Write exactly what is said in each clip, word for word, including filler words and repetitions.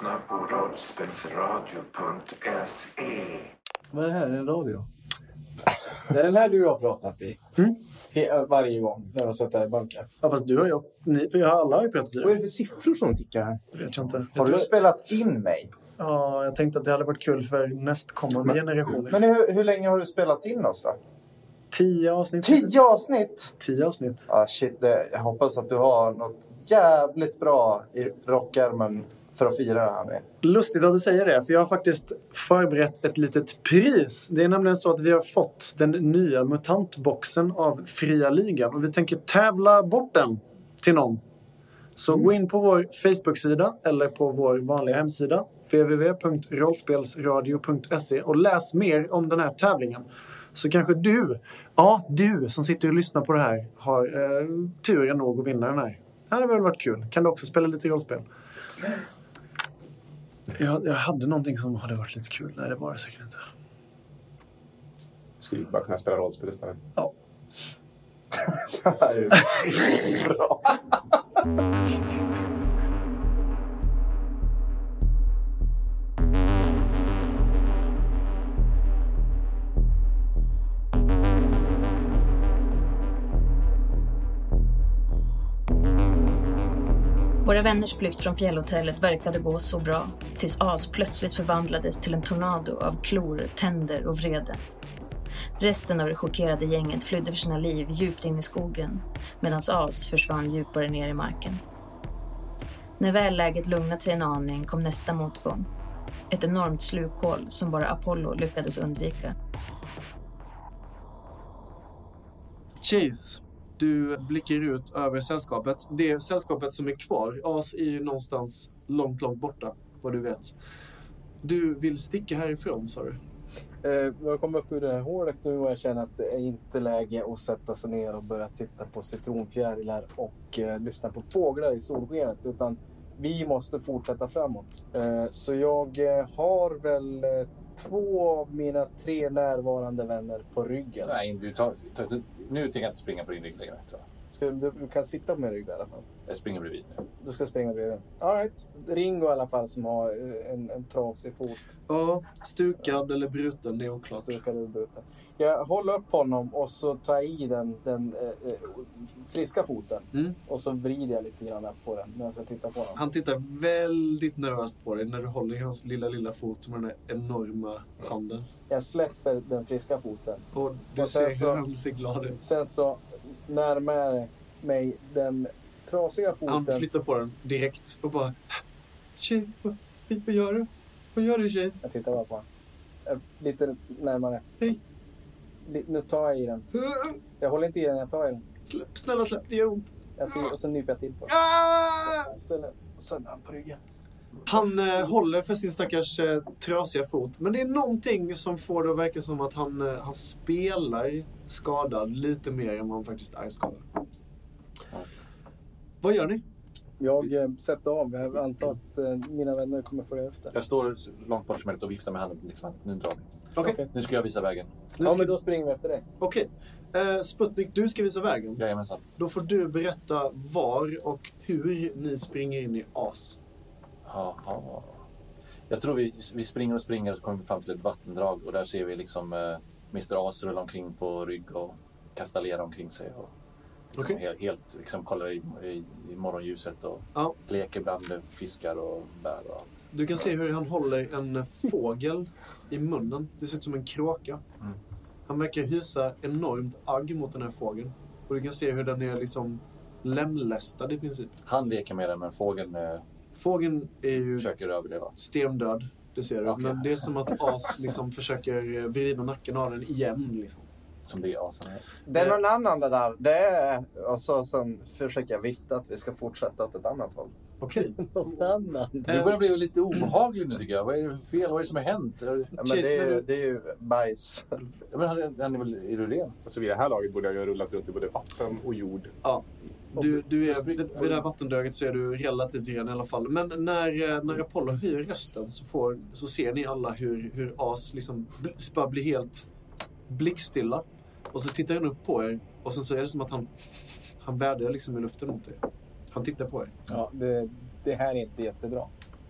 lyssnar på rollspelsradio punkt se. Vad är det här? Är det en radio? Det är den här du har pratat i. Mm. Varje gång när du har suttit där i banken. Ja, fast du har ju... Ni, för jag har alla har ju pratat i det. Vad är det för siffror som tickar här? Jag vet jag inte. Har Jag du tror- spelat in mig? Ja, jag tänkte att det hade varit kul för nästkommande generationer. Men hur, hur länge har du spelat in oss då? Tio avsnitt. Tio avsnitt? Tio avsnitt. Ah, shit, det, jag hoppas att du har något jävligt bra i rockärmen för att fira det här med. Lustigt att du säger det, för jag har faktiskt förberett ett litet pris. Det är nämligen så att vi har fått den nya mutantboxen av Fria Ligan. Och vi tänker tävla bort den till någon. Så Mm. gå in på vår Facebook-sida eller på vår vanliga hemsida w w w punkt rollspelsradio punkt se och läs mer om den här tävlingen. Så kanske du, ja du som sitter och lyssnar på det här har eh, turen nog att vinna den här. Det hade väl varit kul. Kan du också spela lite rollspel? Jag, jag hade någonting som hade varit lite kul. Nej, det var det säkert inte. Skulle du bara kunna spela rollspel istället? Ja. Det här är ju bra. Våra vänners flykt från fjällhotellet verkade gå så bra tills As plötsligt förvandlades till en tornado av klor, tänder och vrede. Resten av det chockerade gänget flydde för sina liv djupt in i skogen medan As försvann djupare ner i marken. När väl läget lugnat sig en aning kom nästa motgång. Ett enormt slukhål som bara Apollo lyckades undvika. Chase, du blickar ut över sällskapet. Det sällskapet som är kvar, As är ju någonstans långt, långt borta, vad du vet. Du vill sticka härifrån, sa du? Eh, jag kommer upp ur det här hålet nu och jag känner att det är inte läge att sätta sig ner och börja titta på citronfjärilar och eh, lyssna på fåglar i solskenet, utan vi måste fortsätta framåt. Eh, så jag eh, har väl eh, två av mina tre närvarande vänner på ryggen. Nej, du tar, tar, tar, nu tänker jag inte springa på din rygg längre, tror jag. Ska, du, du kan sitta på min rygg i alla fall. Jag springer bredvid nu. Du ska springa bredvid. All right. Ringo i alla fall som har eh, en, en trasig fot. Ja, stukad eller bruten, det är oklart. Stukad eller bruten. Jag håller upp honom och så tar jag i den, den eh, eh, friska foten. Mm. Och så vrider jag lite grann på den medan jag tittar på honom. Han tittar väldigt nervöst på dig när du håller i hans lilla, lilla fot med den här enorma handen. Jag släpper den friska foten. Och du Och sen ser så- hur han ser glad ut. Sen så närmar jag mig den trasiga Han foten. flyttar på den direkt och bara... Chase, vad, vad gör du? Vad gör du, Chase? Jag tittar bara på honom. Jag- Lite närmare. Hej. Li- Nu tar jag i den. Jag håller inte i den, jag tar i den. Släpp, snälla släpp, det gör ont. Jag till, och så nyper jag till på den. Ah! Ställer, och sen han på ryggen. Han eh, håller för sin stackars eh, trasiga fot. Men det är någonting som får det att verka som att han, eh, han spelar skadad lite mer än vad han faktiskt är skadad. Vad gör ni? Jag eh, sätter av. Jag antar att eh, mina vänner kommer följa efter. Jag står långt bort som möjligt och viftar med handen. Liksom, nu drar vi. Okej. Okej. Nu ska jag visa vägen. Nu Ja, ska- men då springer vi efter dig. Okej. Eh, Sputnik, du ska visa vägen. Jajamensan. Då får du berätta var och hur ni springer in i As. Jaha. Jag tror vi, vi springer och springer och så kommer vi fram till ett vattendrag. Och där ser vi liksom eh, mister As rulla omkring på rygg och kasta lera omkring sig. Och liksom Okej. helt, helt liksom kollar i, i, i morgonljuset och Ja. leker bland fiskar och bär och allt. Du kan se hur han håller en fågel i munnen. Det ser ut som en kråka. Mm. Han verkar hysa enormt agg mot den här fågeln. Och du kan se hur den är liksom lemlästad i princip. Han leker med den, men fågeln eh, Fågeln är ju försöker överleva. stendöd, det ser du. Okej. Men det är som att As liksom försöker vrida nacken av den igen. Liksom. Som det är asen. Det är någon annan det där. Det är... Och så sen försöker jag vifta att vi ska fortsätta åt ett annat håll. Okej. Någon annan. Du börjar bli lite obehaglig nu, tycker jag. Vad är det för fel? Vad är det som har hänt? Ja, men Chase, det, är när ju, du- det är ju bajs. Ja, men han, han är väl är du ren? Alltså vid det här laget borde jag ju ha rullat runt i både vatten och jord. Ja. Du, du är, vid vid det här vattendraget så är du relativt ren i alla fall. Men när, eh, när Apollo höjer rösten så, får, så ser ni alla hur, hur As liksom bl- bara blir helt blickstilla. Och så tittar han upp på er. Och sen så är det som att han, han vädrar liksom i luften mot er. Han tittar på er. Ja, det, det här är inte jättebra.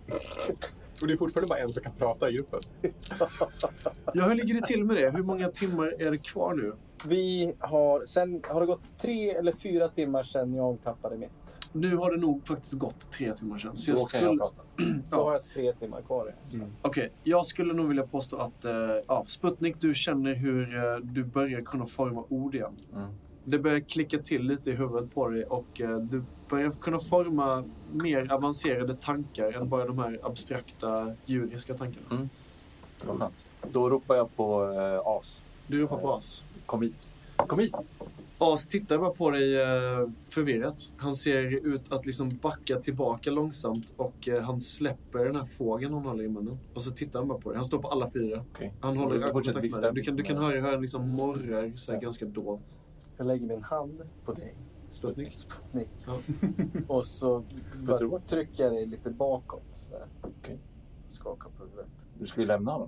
Och det är fortfarande bara en som kan prata i gruppen. Ja, hur ligger det till med det? Hur många timmar är det kvar nu? Vi har, sen har det gått tre eller fyra timmar sedan jag tappade mitt. Nu har det nog faktiskt gått tre timmar sedan. Så Då jag kan skulle... jag prata. Då har jag tre timmar kvar. Mm. Okej, okay. Jag skulle nog vilja påstå att uh, ja, Sputnik, du känner hur uh, du börjar kunna forma ord igen. Mm. Det börjar klicka till lite i huvudet på dig och uh, du börjar kunna forma mer avancerade tankar än bara de här abstrakta judiska tankarna. Mm. Det var skönt. Då ropar jag på uh, As. Du ropar på As. Kom hit. Kom hit! As tittar bara på dig uh, förvirrat. Han ser ut att liksom backa tillbaka långsamt och uh, han släpper den här fågeln han håller i munnen. Och så tittar han bara på dig. Han står på alla fyra. Okay. Han håller jag kontakt med dig. Du kan, du kan höra hur han liksom morrar så här, ja. ganska dolt. Jag lägger min hand på dig. Sputnik. Sputnik. Ja. Och så bara trycker jag dig lite bakåt. Så här. Okay. Skakar på huvudet. Du ska vi lämna honom?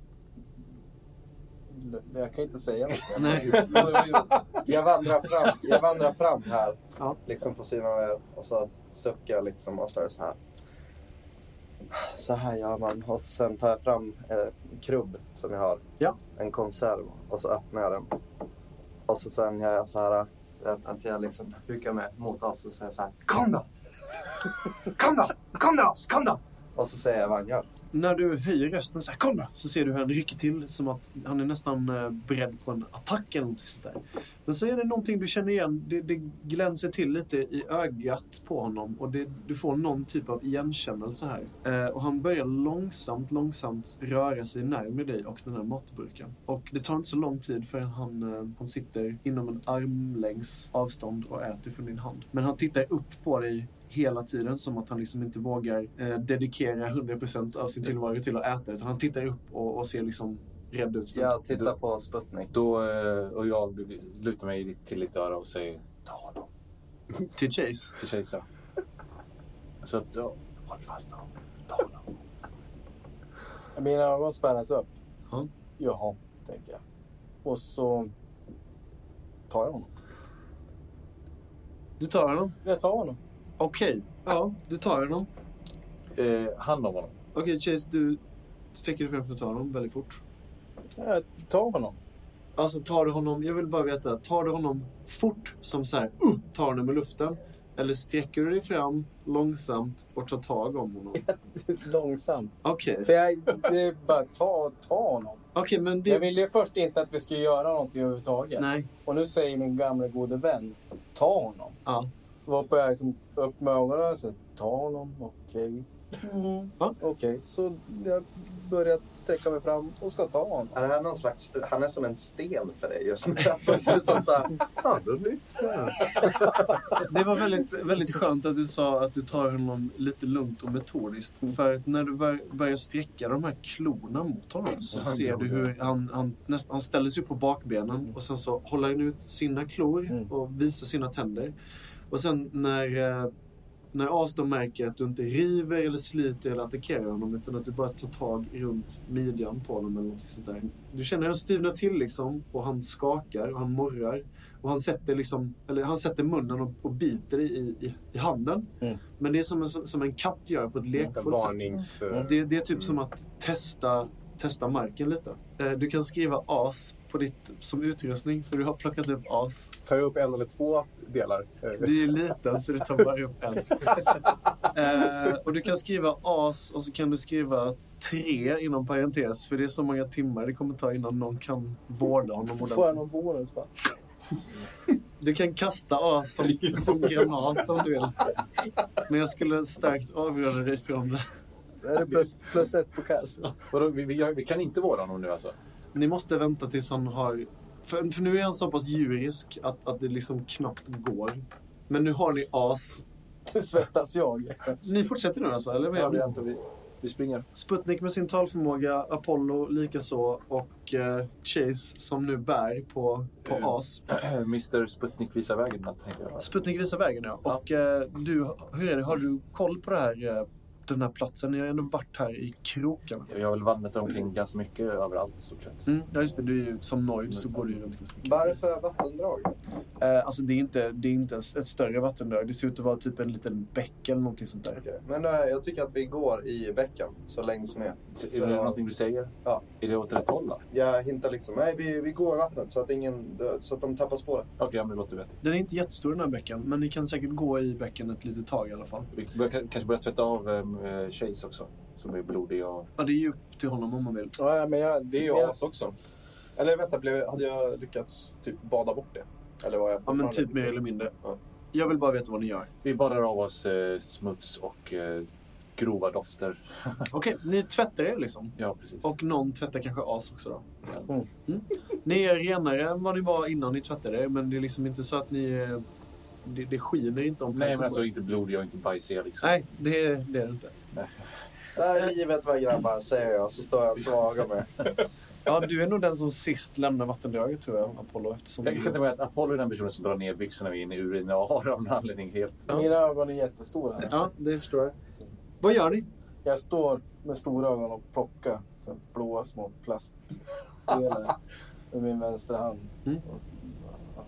Jag kan inte säga något. Nej. Jag vandrar fram, jag vandrar fram här. Ja. Liksom på sidan av er. Och så suckar jag liksom och så är det så här. Så här gör man. Och sen tar jag fram en krubb som jag har. Ja. En konserv. Och så öppnar jag den. Och så sen gör jag så här. Att jag liksom brukar mig mot oss och säger så här. Kom då! Kom då! Kom då! Kom då! Och så säger jag vad han gör. När du höjer rösten så här, kom då! Så ser du hur han rycker till som att han är nästan eh, beredd på en attack eller något sånt där. Men så är det någonting du känner igen. Det, det glänser till lite i ögat på honom. Och det, du får någon typ av igenkännelse här. Eh, och han börjar långsamt, långsamt röra sig närmare dig och den här matburken. Och det tar inte så lång tid förrän han, eh, han sitter inom en armlängds avstånd och äter från din hand. Men han tittar upp på dig hela tiden som att han liksom inte vågar eh, dedikera hundra procent av sin tillvaro till att äta. Utan han tittar upp och, och ser liksom rädd ut. Jag tittar på Sputnik. Då, eh, och jag lutar mig till lite öra och säger ta honom. Till Chase? Till Chase, ja. Så då, håll fast honom. Ta honom. Mina ögon spärras upp. Ja. Jaha, tänker jag. Och så tar jag honom. Du tar honom? Jag tar honom. Okej, okay. Ja, du tar honom. Eh, hand om honom. Okej, okay, Chase, du sträcker dig fram för att ta honom väldigt fort. Jag tar honom. Alltså, tar du honom, jag vill bara veta, tar du honom fort som så här, uh, tar honom i luften? Eller sträcker du dig fram långsamt och tar tag om honom? Långsamt. Okej. Okay. För jag, det är bara ta, ta honom. Okej, okay, men det... Jag ville ju först inte att vi skulle göra någonting överhuvudtaget. Nej. Och nu säger min gamla gode vän, ta honom. Ja. Varpå jag liksom upp med ögonen och så, ta honom, okej. Okay. Mm. Ja. Okej, okay. Så jag börjar sträcka mig fram och ska ta honom. Är det här någon slags, han är som en sten för dig just nu. Alltså, du som så här, ja, då lyfter jag. Det var väldigt, väldigt skönt att du sa att du tar honom lite lugnt och metodiskt. Mm. För att när du bör, börjar sträcka de här klorna mot honom så mm. ser du hur han, han, nästan, han ställer sig upp på bakbenen. Mm. Och sen så håller han ut sina klor mm. och visar sina tänder. Och sen när... När As då märker att du inte river eller sliter eller attackerar honom utan att du bara tar tag runt midjan på honom eller något sånt där. Du känner att han styvnar till liksom och han skakar och han morrar. Och han sätter liksom, eller han sätter munnen och, och biter i, i, i handen. Mm. Men det är som en, som en katt gör på ett lekfullt varnings... sätt. Det, det är typ mm. som att testa, testa marken lite. Du kan skriva As på ditt, som utrustning för du har plockat upp As. Tar jag upp en eller två delar? Du är liten så du tar bara upp en. eh, och du kan skriva As och så kan du skriva tre inom parentes för det är så många timmar det kommer ta innan någon kan vårda honom. Får jag någon bonus va? Du kan kasta As som, som granat om du vill. Men jag skulle starkt avråda dig från det. Är det plus, plus ett på kast? Vadå, vi, vi, vi kan inte vårda honom nu alltså? Ni måste vänta tills han har... För, för nu är han så pass djurisk att, att det liksom knappt går. Men nu har ni As. Nu svettas jag. Ni fortsätter nu alltså, eller? Ja, det inte vi. Vi springer. Sputnik med sin talförmåga, Apollo likaså och uh, Chase som nu bär på, på uh, As. mister Sputnik visar vägen, tänkte jag. Sputnik visar vägen, ja. Och uh, du, hur är det? Har du koll på det här uh, den här platsen. Ni har ändå varit här i krokarna. Jag har väl vandrat omkring ganska mycket överallt i stort sett. Mm, ja just det, du är ju som Noid så går du ju runt ganska mycket. Varför vattendrag? Eh, alltså det är inte, det är inte ett, ett större vattendrag. Det ser ut att vara typ en liten bäck eller någonting sånt där. Okej. Men äh, jag tycker att vi går i bäcken så länge med. Är det någonting du säger? Ja. Är det åt rätt håll då? Jag hintar liksom, nej vi, vi går i vattnet så att, ingen, så att de tappar spåret. Okej, okay, ja, men det låter vettigt. Den är inte jättestor den här bäcken, men ni kan säkert gå i bäcken ett litet tag i alla fall. Vi bör, kanske börja tvätta av äh, Chase också, som är blodig och... Ja, det är ju upp till honom om man vill. Ja, men jag, Det är ju as också. Eller vänta, blev, hade jag lyckats typ bada bort det? Eller var jag Ja, men typ mer eller mindre. Ja. Jag vill bara veta vad ni gör. Vi badar av oss äh, smuts och äh, grova dofter. Okej, ni tvättar er liksom. Ja, precis. Och någon tvättar kanske as också då. Mm. Mm. Ni är renare än vad ni var innan ni tvättade er, men det är liksom inte så att ni... är- Det, det skiner inte om Nej, pälsen men alltså på er. inte blodig och inte bajsig liksom. Nej, det, är- det är det inte. Där är livet va grabbar, säger jag. Så står jag och tvagar med. Ja, du är nog den som sist lämnar vattendraget tror jag, Apollo. Eftersom Jag du... kan tänka mig att Apollo är den personen som drar ner byxorna in i urin och har av någon anledning helt... Ja. Mina ögon är jättestora. Ja, det förstår jag. Vad gör ni? Jag står med stora ögon och plockar så blåa små plastdelar med min vänstra hand. Mm. Och, ja,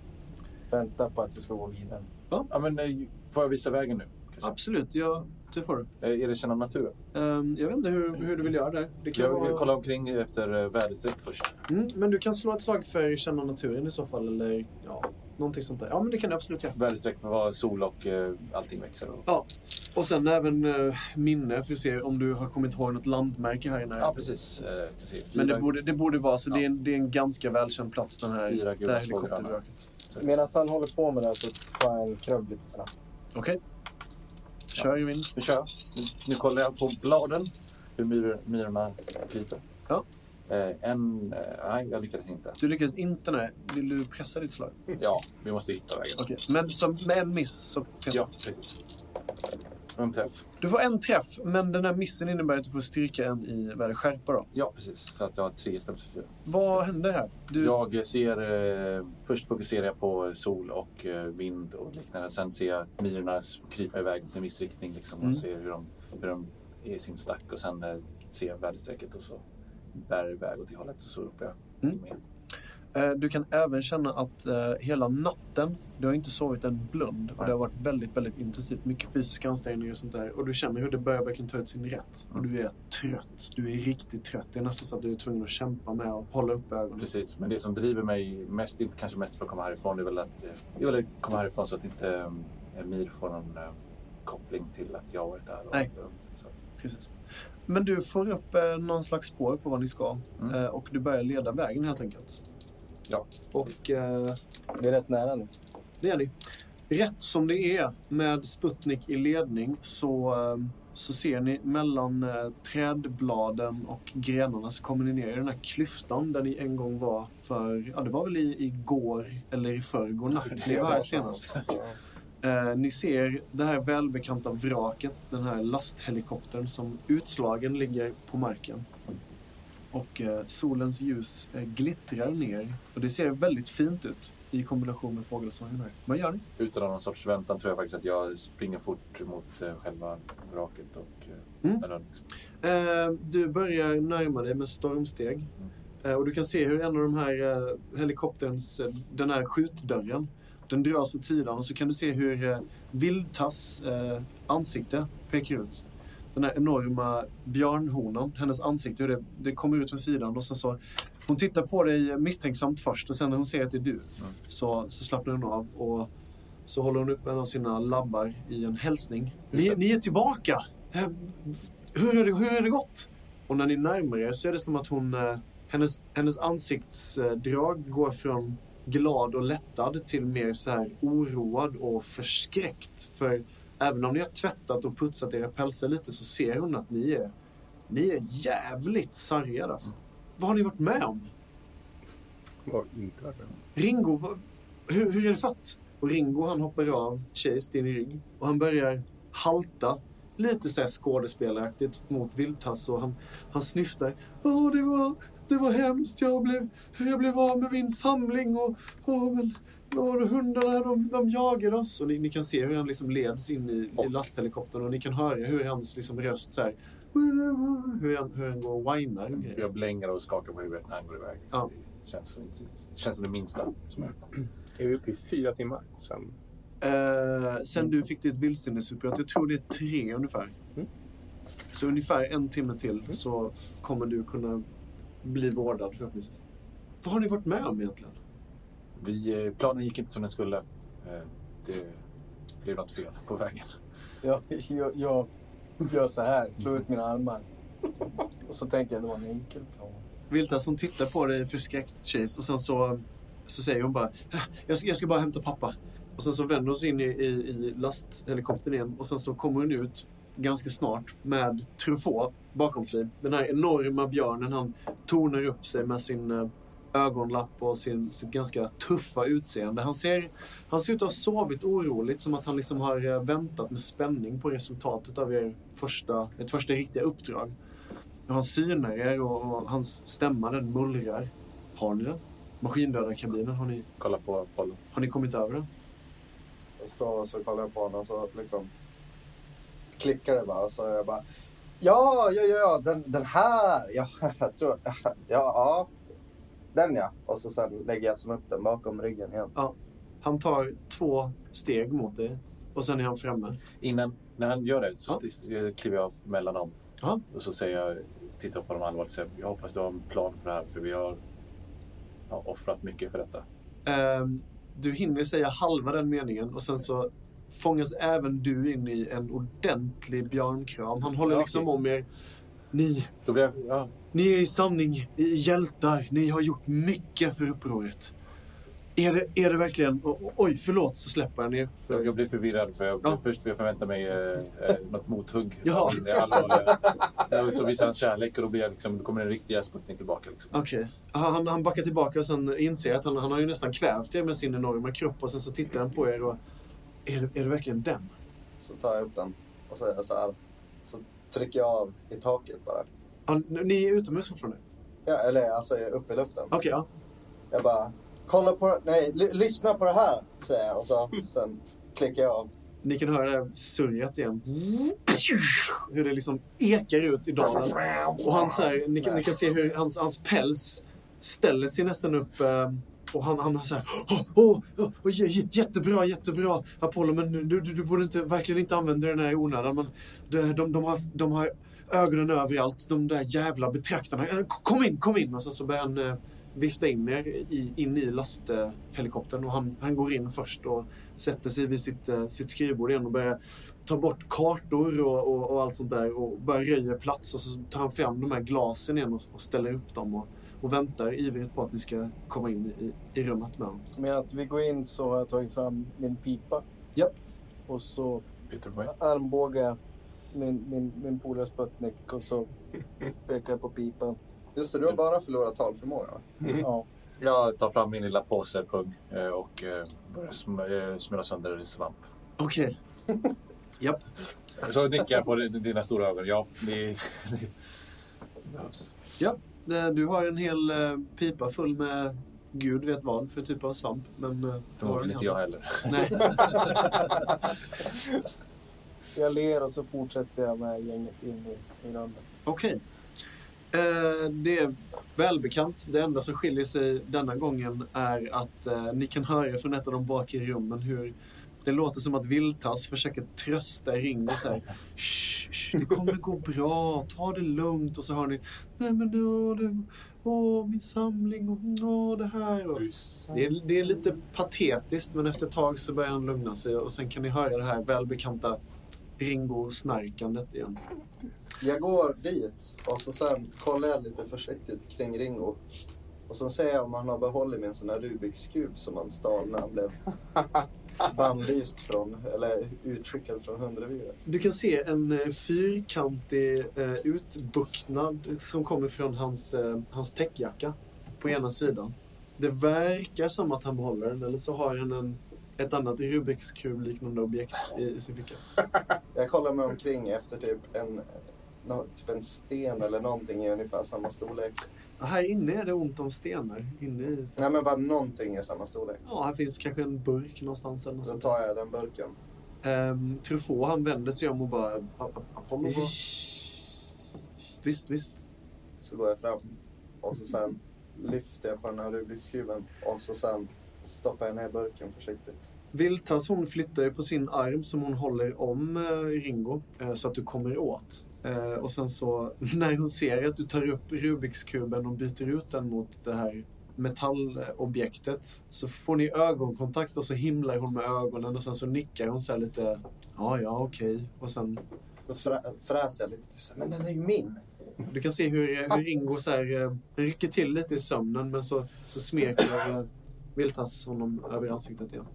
väntar på att vi ska gå vidare. Ja, men äh, får jag visa vägen nu? Kanske? Absolut, ja, det får du. Äh, är det känna naturen? Um, jag vet inte hur, hur du vill göra det. Det kan Jag vill vara... kolla omkring efter äh, väderstreck först. Mm, men du kan slå ett slag för känna naturen i så fall, eller ja, någonting sånt där. Ja, men det kan du absolut göra. Väderstreck för vad sol och äh, allting växer. Och... Ja, och sen även uh, minne för att se om du har kommit ihåg något landmärke här inne. Ja, precis. Äh, kan se. Fyra, Men det borde, det borde vara, så Ja. det, är en, det är en ganska välkänd plats den här, Fyra det gula här fåglar. helikoptervraket. Medan han håller på med det här så tar jag en krubb lite snabbt. Okej. Kör Jevin. Vi kör. Nu, nu kollar jag på bladen. Hur myror, myrorna kryper. Ja. Eh, en... Eh, nej, jag lyckades inte. Du lyckades inte, nej. Vill du pressa ditt slag? Ja, vi måste hitta vägen. Okej, men som, med en miss så pressa. Ja, precis. En träff. Du får en träff, men den här missen innebär att du får styrka en i vad är det, skärpa då. Ja, precis. För att jag har tre istället för fyra. Vad händer här? Du... Jag ser... Eh, först fokuserar jag på sol och eh, vind och liknande. Sen ser jag myrorna krypa iväg till en viss riktning liksom, Mm. och ser hur de, hur de är i sin stack. Och sen eh, ser jag väderstrecket och så bär jag iväg åt det hållet och så ropar jag Mm. med. Eh, Du kan även känna att eh, hela natten, du har inte sovit en blund. Och det har varit väldigt, väldigt intensivt. Mycket fysiska ansträngningar och sånt där. Och du känner hur det börjar verkligen ta ut sin rätt. Och du är trött. Du är riktigt trött. Det är nästan så att du är tvungen att kämpa med att hålla upp ögonen. Precis, men det som driver mig mest, inte kanske mest för att komma härifrån, det är väl att eh, jag vill komma härifrån så att inte eh, Emir får någon eh, koppling till att jag har varit där. Och Nej. runt, så att, Precis. Men du får upp eh, någon slags spår på vad ni ska. Mm. Eh, och du börjar leda vägen helt enkelt. ja, Och eh, Det är rätt nära nu. det är ni. Rätt som det är med Sputnik i ledning så, eh, så ser ni mellan eh, trädbladen och grenarna så kommer ni ner i den här klyftan där ni en gång var för, ja det var väl i, igår eller i förrgår natt. Ni var här senast. Eh, ni ser det här välbekanta vraket, den här lasthelikoptern som utslagen ligger på marken. Och eh, solens ljus eh, glittrar ner. Och det ser väldigt fint ut i kombination med fågelsången här. Vad gör ni? utan någon sorts väntan tror jag faktiskt att jag springer fort mot eh, själva vraket. Och, eh, Mm. eller, liksom. Eh, du börjar närma dig med stormsteg. Eh, och du kan se hur en av de här eh, helikopterns, eh, den här skjutdörren, den dras åt sidan. Och så kan du se hur eh, Vildtass eh, ansikte pekar ut. Den här enorma björnhonan, hennes ansikte, hur det, det kommer ut från sidan. Och sen så, hon tittar på dig misstänksamt först. Och sen när hon ser att det är du så, så slappnar hon av. Och så håller hon upp en av sina labbar i en hälsning. Ni, ni är tillbaka! Eh, Hur är, det, hur är det gått? Och när ni närmar er så är det som att hon, eh, hennes, hennes ansiktsdrag går från glad och lättad till mer så här oroad och förskräckt. För även om ni har tvättat och putsat era pälsar lite så ser hon att ni är, ni är jävligt sargade alltså. Vad har ni varit med om? Var inte varit med. Ringo, vad, hur, hur är det fatt? Och Ringo han hoppar av Chase din i rygg och han börjar halta lite så här skådespelaraktigt mot Vildtass och han, han snyftar. Åh, det var, det var hemskt. Jag blev, jag blev av med min samling och, åh, men Och hundarna, de, de jagar oss. Och ni, ni kan se hur han liksom leds in i, i lasthelikoptern. Och ni kan höra hur hans liksom röst så här, hur han, hur han går och whinar och grejer. Jag blänger och skakar på huvudet när han går iväg. Ja. Det känns som, känns som det minsta som är. Är vi uppe i fyra timmar sen? Eh, sen du fick ditt vildsinnessuperhjälte, jag tror det är tre ungefär. Mm. Så ungefär en timme till så kommer du kunna bli vårdad förhoppningsvis. Vad har ni varit med om egentligen? Vi, planen gick inte som den skulle. Det blev något fel på vägen. Jag, jag, jag gör så här, slår ut mina armar. Och så tänker jag att det var en enkel plan. Vilta som tittar på dig förskräckt Chase och sen så, så säger hon bara jag ska, jag ska bara hämta pappa. Och sen så vänder hon sig in i, i, i lasthelikoptern igen och sen så kommer hon ut ganska snart med Truffaut bakom sig. Den här enorma björnen, han tonar upp sig med sin uh, ögonlapp och sin, sitt ganska tuffa utseende. Han ser, han ser ut att ha sovit oroligt, som att han liksom har uh, väntat med spänning på resultatet av er första, ett första riktiga uppdrag. Och han synar er och, och hans stämma den mullrar. Har ni den? Maskindödarkabinen, har ni, Kolla på Apollo. har ni kommit över den? Så, så kollar jag på honom och så liksom klickar det bara. Så jag bara, ja, ja, ja, den, den här. Ja, jag tror, ja, ja, den ja. Och så sen lägger jag som upp den bakom ryggen igen. Ja. Han tar två steg mot dig och sen är han framme. Innan, när han gör det så Ja. st- kliver jag mellan dem. Ja. Och så säger jag, tittar på dem allvarligt och säger, jag hoppas du har en plan för det här. För vi har ja, offrat mycket för detta. Um, du hinner säga halva den meningen och sen så fångas även du in i en ordentlig björnkram. Han håller Ja, liksom okej. om er. Ni, Då blir jag, ja, ni är i sanning hjältar. Ni har gjort mycket för upproret. Är det, är det verkligen... o- Oj, förlåt, så släpper jag ner. För... jag, jag blir förvirrad för jag, Ja. först jag förväntar mig eh, eh, något mothugg. Jaha. Det är allvarligt. Så visar han kärlek och då blir jag liksom, då kommer den riktiga Sputnik tillbaka. Liksom. Okej. Han, han backar tillbaka och sen inser att han, han har ju nästan kvävt er med sin enorma kropp. Och sen så tittar han på er och... Är det, är det verkligen den? Så tar jag upp den och så är jag så här. Så trycker jag av i taket bara. Ja, ni är utomhus fortfarande? Ja, eller alltså uppe i luften. Okej, ja. Jag bara, kolla på, nej, l- lyssna på det här, säger jag. Och så sen klickar jag av. Ni kan höra det här surret igen. Hur det liksom ekar ut i dalen. Och han så här, ni, kan, ni kan se hur hans, hans päls ställer sig nästan upp. Eh, och han, han har så här, åh, åh, åh, åh, j- j- jättebra, jättebra Apollo, men du, du, du borde inte, verkligen inte använda den här i onödan. Men de, de, de, har, de har ögonen överallt, de där jävla betraktarna. Eh, Kom in, kom in! Och sen så börjar han eh, vifta in er i, in i lasthelikoptern. Och han, han går in först och sätter sig vid sitt, eh, sitt skrivbord igen och börjar ta bort kartor och, och, och allt sånt där och börjar röja plats. Och så tar han fram de här glasen igen och, och ställer upp dem och, och väntar ivrigt på att ni ska komma in i, i rummet med honom. Medan vi går in så har jag tagit fram min pipa. Japp. Och så Peter Way. armbågar jag min, min, min polare Sputnik och så pekar jag på pipan. Just det, du har bara förlorat talförmåga. Mm. Ja. Jag tar fram min lilla påse pugg eh, och eh, börjar sm- eh, smula sönder svamp. Okej. Japp. Så nickar jag på dina stora ögon. Ja, det, det behövs. Ja, eh, du har en hel eh, pipa full med gud vet vad för typ av svamp. Men eh, Förmodligen inte jag heller. Nej. Jag ler och så fortsätter jag med gänget in i, i rummet. Okej. Eh, det är välbekant. Det enda som skiljer sig denna gången är att eh, ni kan höra från ett av de bakre rummen hur det låter som att Viltas försöker trösta Ringo och säger shh, shh, det kommer gå bra, ta det lugnt. Och så har ni nej men åh, det, åh min samling och åh, det här. Och det, är, det är lite patetiskt, men efter ett tag så börjar han lugna sig och sen kan ni höra det här välbekanta Ringo-snarkandet igen. Jag går dit och så sen kollar jag lite försiktigt kring Ringo. Och sen ser jag om han har behållit min sån här Rubiks kub som han stal när han blev bannlyst från, eller utskickad från hundreviret. Du kan se en eh, fyrkantig eh, utbuktnad som kommer från hans, eh, hans täckjacka på ena sidan. Det verkar som att han behåller den, eller så har han en, ett annat Rubiks kub liknande objekt i, i sin ficka. Jag kollar mig omkring efter typ en, no, typ en sten eller någonting i ungefär samma storlek. Här inne är det ont om stenar. Inne i... Nej, men bara någonting i samma storlek. Ja, här finns kanske en burk någonstans. Eller något Då sånt. tar jag den burken. Um, Truffaut, han vänder sig om och bara... Apollo bara... Visst, visst. Så går jag fram. Och så sen lyfter jag på den här Rubikskuben. Och så sen stoppar jag ner burken försiktigt. Viltas hon flyttar på sin arm som hon håller om eh, Ringo. Eh, så att du kommer åt. Eh, och sen så när hon ser att du tar upp Rubikskuben och byter ut den mot det här metallobjektet. Så får ni ögonkontakt och så himlar hon med ögonen. Och sen så nickar hon så här lite... Ja, ja, okej. Och sen... Då frä- fräser jag lite. Men den är ju min. Du kan se hur, hur Ringo så här, eh, rycker till lite i sömnen. Men så, så smeker eh, Viltas honom över ansiktet igen.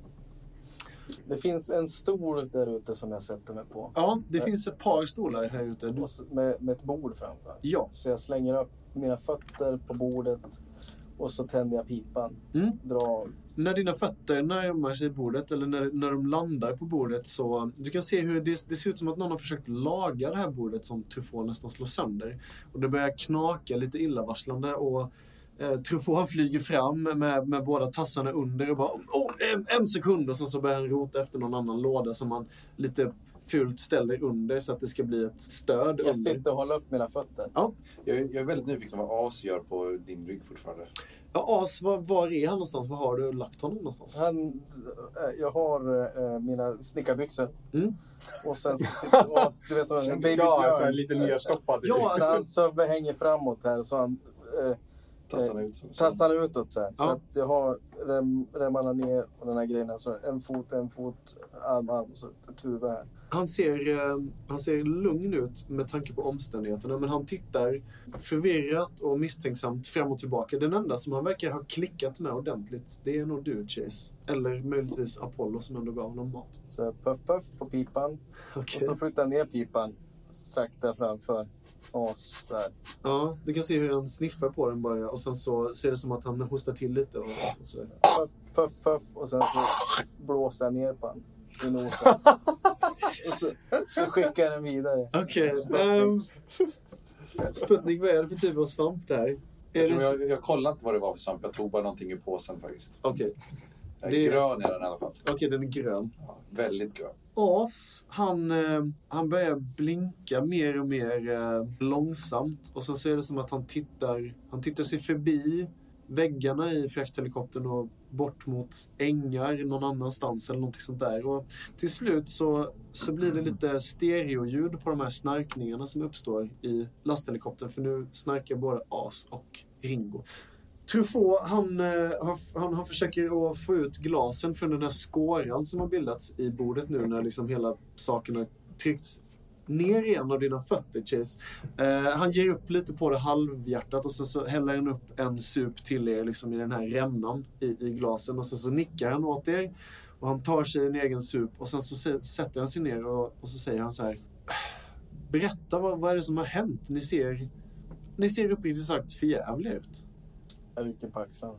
Det finns en stol där ute som jag sätter mig på. Ja, det finns ett par stolar här ute. Du... Och s- med, med ett bord framför. Ja. Så jag slänger upp mina fötter på bordet. Och så tänder jag pipan. Mm. Drar. När dina fötter närmar sig bordet eller när, när de landar på bordet så du kan se hur det, det ser ut som att någon har försökt laga det här bordet som Truffaut nästan slår sönder. Och det börjar knaka lite illavarslande och eh, Truffaut han flyger fram med, med båda tassarna under och bara oh, en, en sekund och sen så börjar han rota efter någon annan låda som han lite fult ställer under så att det ska bli ett stöd Jag under. sitter och håller upp mina fötter. Ja, Jag, är- jag är väldigt nyfiken på vad As gör på din rygg fortfarande. ja As, var, var är han någonstans? Var har du lagt honom någonstans? Han, äh, jag har äh, mina snickarbyxor. Mm. Och sen så sitter As, du vet som en babybjörn. lite nerstoppad. Ja, Så alltså- hans subbe hänger framåt här så han äh, Tassarna ut. tassar utåt så här. Ja. Så att jag har rem, remmarna ner och den här grejen. Så en fot, en fot, arm, arm och så ett huvud här. Han ser, eh, han ser lugn ut med tanke på omständigheterna. Men han tittar förvirrat och misstänksamt fram och tillbaka. Den enda som han verkar ha klickat med ordentligt, det är nog du, Chase. Eller möjligtvis Apollo som ändå gav honom mat. Så jag puff puff på pipan. Okej. Och så flyttar jag ner pipan sakta framför As så här. Ja, du kan se hur han sniffar på den bara. Och sen så ser det som att han hostar till lite. Och, och så. Puff, puff, puff. Och sen så blåser jag ner på han i nosen. Och så, så skickar jag den vidare. Okej. Sputnik. Um, Sputnik, vad är det för typ av svamp där? Är Jag, det... tror jag, jag kollade inte vad det var för svamp. Jag tog bara någonting i påsen faktiskt. Okej, Jag är Det- grön är den i alla fall. okej, den är grön. Ja, väldigt grön. As, han, eh, han börjar blinka mer och mer eh, långsamt. Och sen så är det som att han tittar, han tittar sig förbi väggarna i frakthelikoptern och bort mot ängar någon annanstans eller något sånt där. Och till slut så, så blir det lite stereoljud på de här snarkningarna som uppstår i lasthelikoptern. För nu snarkar både As och Ringo. Truffaut, han, eh, han, han försöker att få ut glasen från den här skåran som har bildats i bordet nu när liksom hela saken har tryckts ner igen av dina fötter, Chase. Eh, han ger upp lite på det halvhjärtat och sen så häller han upp en sup till er liksom i den här rännan i, i glasen och sen så nickar han åt er och han tar sig en egen sup och sen så se, sätter han sig ner och, och så säger han så här: berätta, vad, vad är det som har hänt? Ni ser, ni ser uppriktigt sagt förjävliga ut. Jag rycker på axlarna.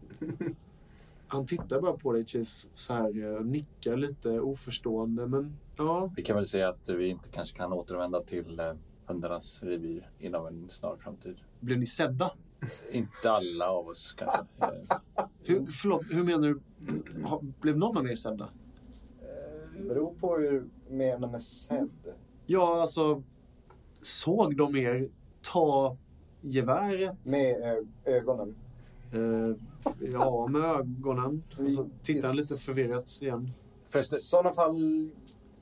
Han tittar bara på dig, Chase, så här och nickar lite oförstående, men ja. Vi kan väl säga att vi inte kanske kan återvända till eh, hundarnas revir inom en snar framtid. Blev ni sedda? Inte alla av oss kanske. Eh, Hur, förlåt, hur menar du? Ha, blev någon av er sedda? Det beror på hur du menar med sedd. Ja, alltså, såg de er ta geväret? Med ö- ögonen. Eh, ja, med ögonen. Och så tittar han lite förvirrat igen. I sådana fall...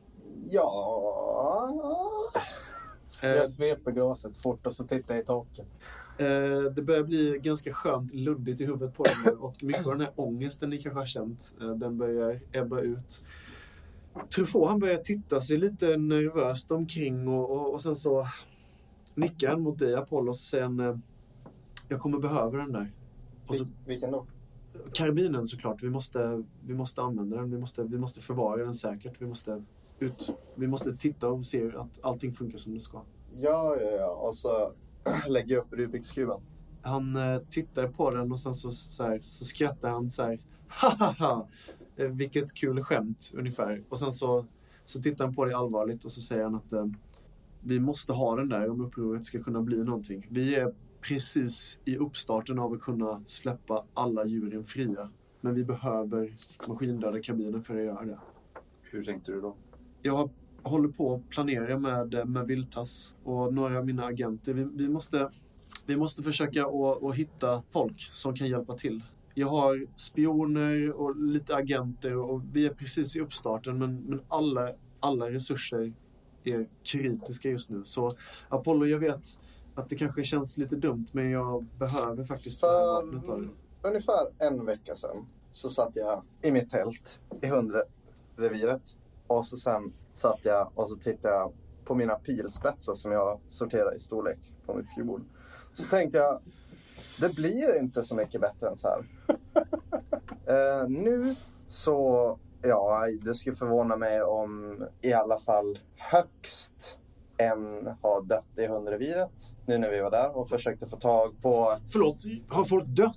Ja... Eh, Jag sveper glaset fort och så tittar jag i taket. Eh, det börjar bli ganska skönt luddigt i huvudet på dem nu och mycket av den här ångesten ni kanske har känt, eh, den börjar ebba ut. Truffaut, han börjar titta sig lite nervöst omkring och, och, och sen så nickar han mot dig, Apollo, och så säger han: eh, jag kommer behöva den där. Och så, Vil- vilken då? karabinen såklart, vi måste, vi måste använda den, vi måste, vi måste förvara den säkert, vi måste, ut, vi måste titta och se att allting funkar som det ska. Ja, ja, ja. Och så lägger jag upp Rubikskuben. Han eh, tittar på den och sen så, så, här, så skrattar han så här: hahaha, eh, vilket kul skämt ungefär. Och sen så, så tittar han på dig allvarligt och så säger han att eh, vi måste ha den där om upproret ska kunna bli någonting. Vi är precis i uppstarten av att kunna släppa alla djuren fria. Men vi behöver maskindöda kabiner för att göra det. Hur tänkte du då? Jag håller på att planera med, med Viltas och några av mina agenter. Vi, vi, måste, vi måste försöka att, att hitta folk som kan hjälpa till. Jag har spioner och lite agenter och vi är precis i uppstarten, men, men alla, alla resurser är kritiska just nu. Så Apollo, jag vet att det kanske känns lite dumt, men jag behöver faktiskt... För ungefär en vecka sedan så satt jag i mitt tält i hundreviret. Och så sen satt jag och så tittade jag på mina pilspetsar som jag sorterar i storlek på mitt skrivbord. Så tänkte jag, det blir inte så mycket bättre än så här. uh, nu så, ja, det skulle förvåna mig om i alla fall högst en har dött i hundreviret. Nu när vi var där och försökte få tag på... Förlåt, har folk dött?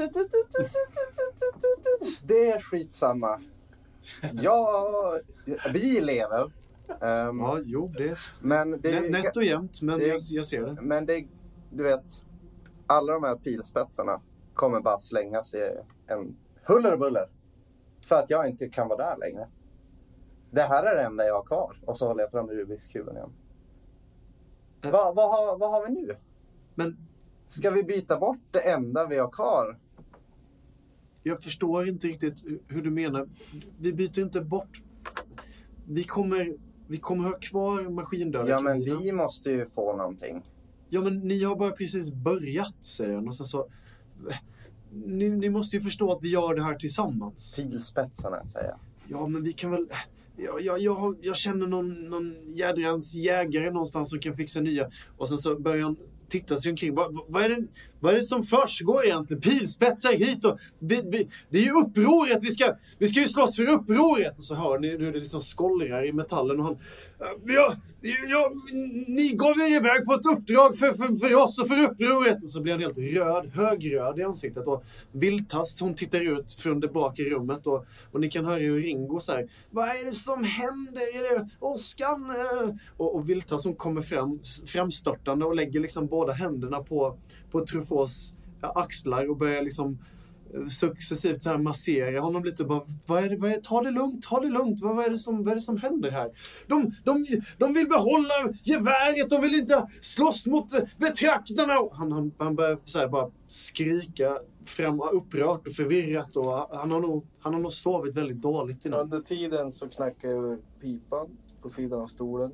Det är skitsamma. Ja, vi lever. Um, ja, jo, det men det är nätt och jämnt, men det, jag, jag ser det. Men det, du vet, alla de här pilspetsarna kommer bara slängas i en huller och buller. För att jag inte kan vara där längre. Det här är det enda jag har kvar. Och så håller jag fram Rubiks kuben igen. Äh. Vad va har, va har vi nu? Men ska vi byta bort det enda vi har kvar? Jag förstår inte riktigt hur du menar. Vi byter inte bort. Vi kommer, vi kommer ha kvar maskindöda. Ja, men vi måste ju få någonting. Ja, men ni har bara precis börjat, säger han. Och sen så... Ni, ni måste ju förstå att vi gör det här tillsammans. Pilspetsarna, säger jag. Ja, men vi kan väl... Jag, jag, jag, jag känner någon, någon jädrans jägare någonstans som kan fixa nya. Och sen så börjar han titta sig omkring. Vad, vad, är, det, vad är det som försiggår egentligen? Pilspetsar hit och... Vi, vi, det är ju upproret! Vi ska, vi ska ju slåss för upproret! Och så hör ni hur det liksom skållrar i metallen. Och han... Ja, ja, ni gav er iväg på ett uppdrag för, för, för oss och för upproret. Och så blir han helt röd, högröd i ansiktet. Och Viltas, hon tittar ut från det bak i rummet. Och, och ni kan höra hur Ringo säger: vad är det som händer? Är det Oskan? Och, och Viltas, hon kommer fram, framstörtande och lägger liksom båda händerna på, på Truffauts axlar och börjar liksom successivt så här massera honom lite. Bara, vad är det, vad är det? Ta det lugnt, ta det lugnt. Vad, vad, är det som, vad är det som händer här? De, de, de vill behålla geväret. De vill inte slåss mot betraktarna. Han, han, han börjar så här bara skrika fram upprört och förvirrat. Och han, har nog, han har nog sovit väldigt dåligt i natt. Under tiden så knackar jag ur pipan på sidan av stolen.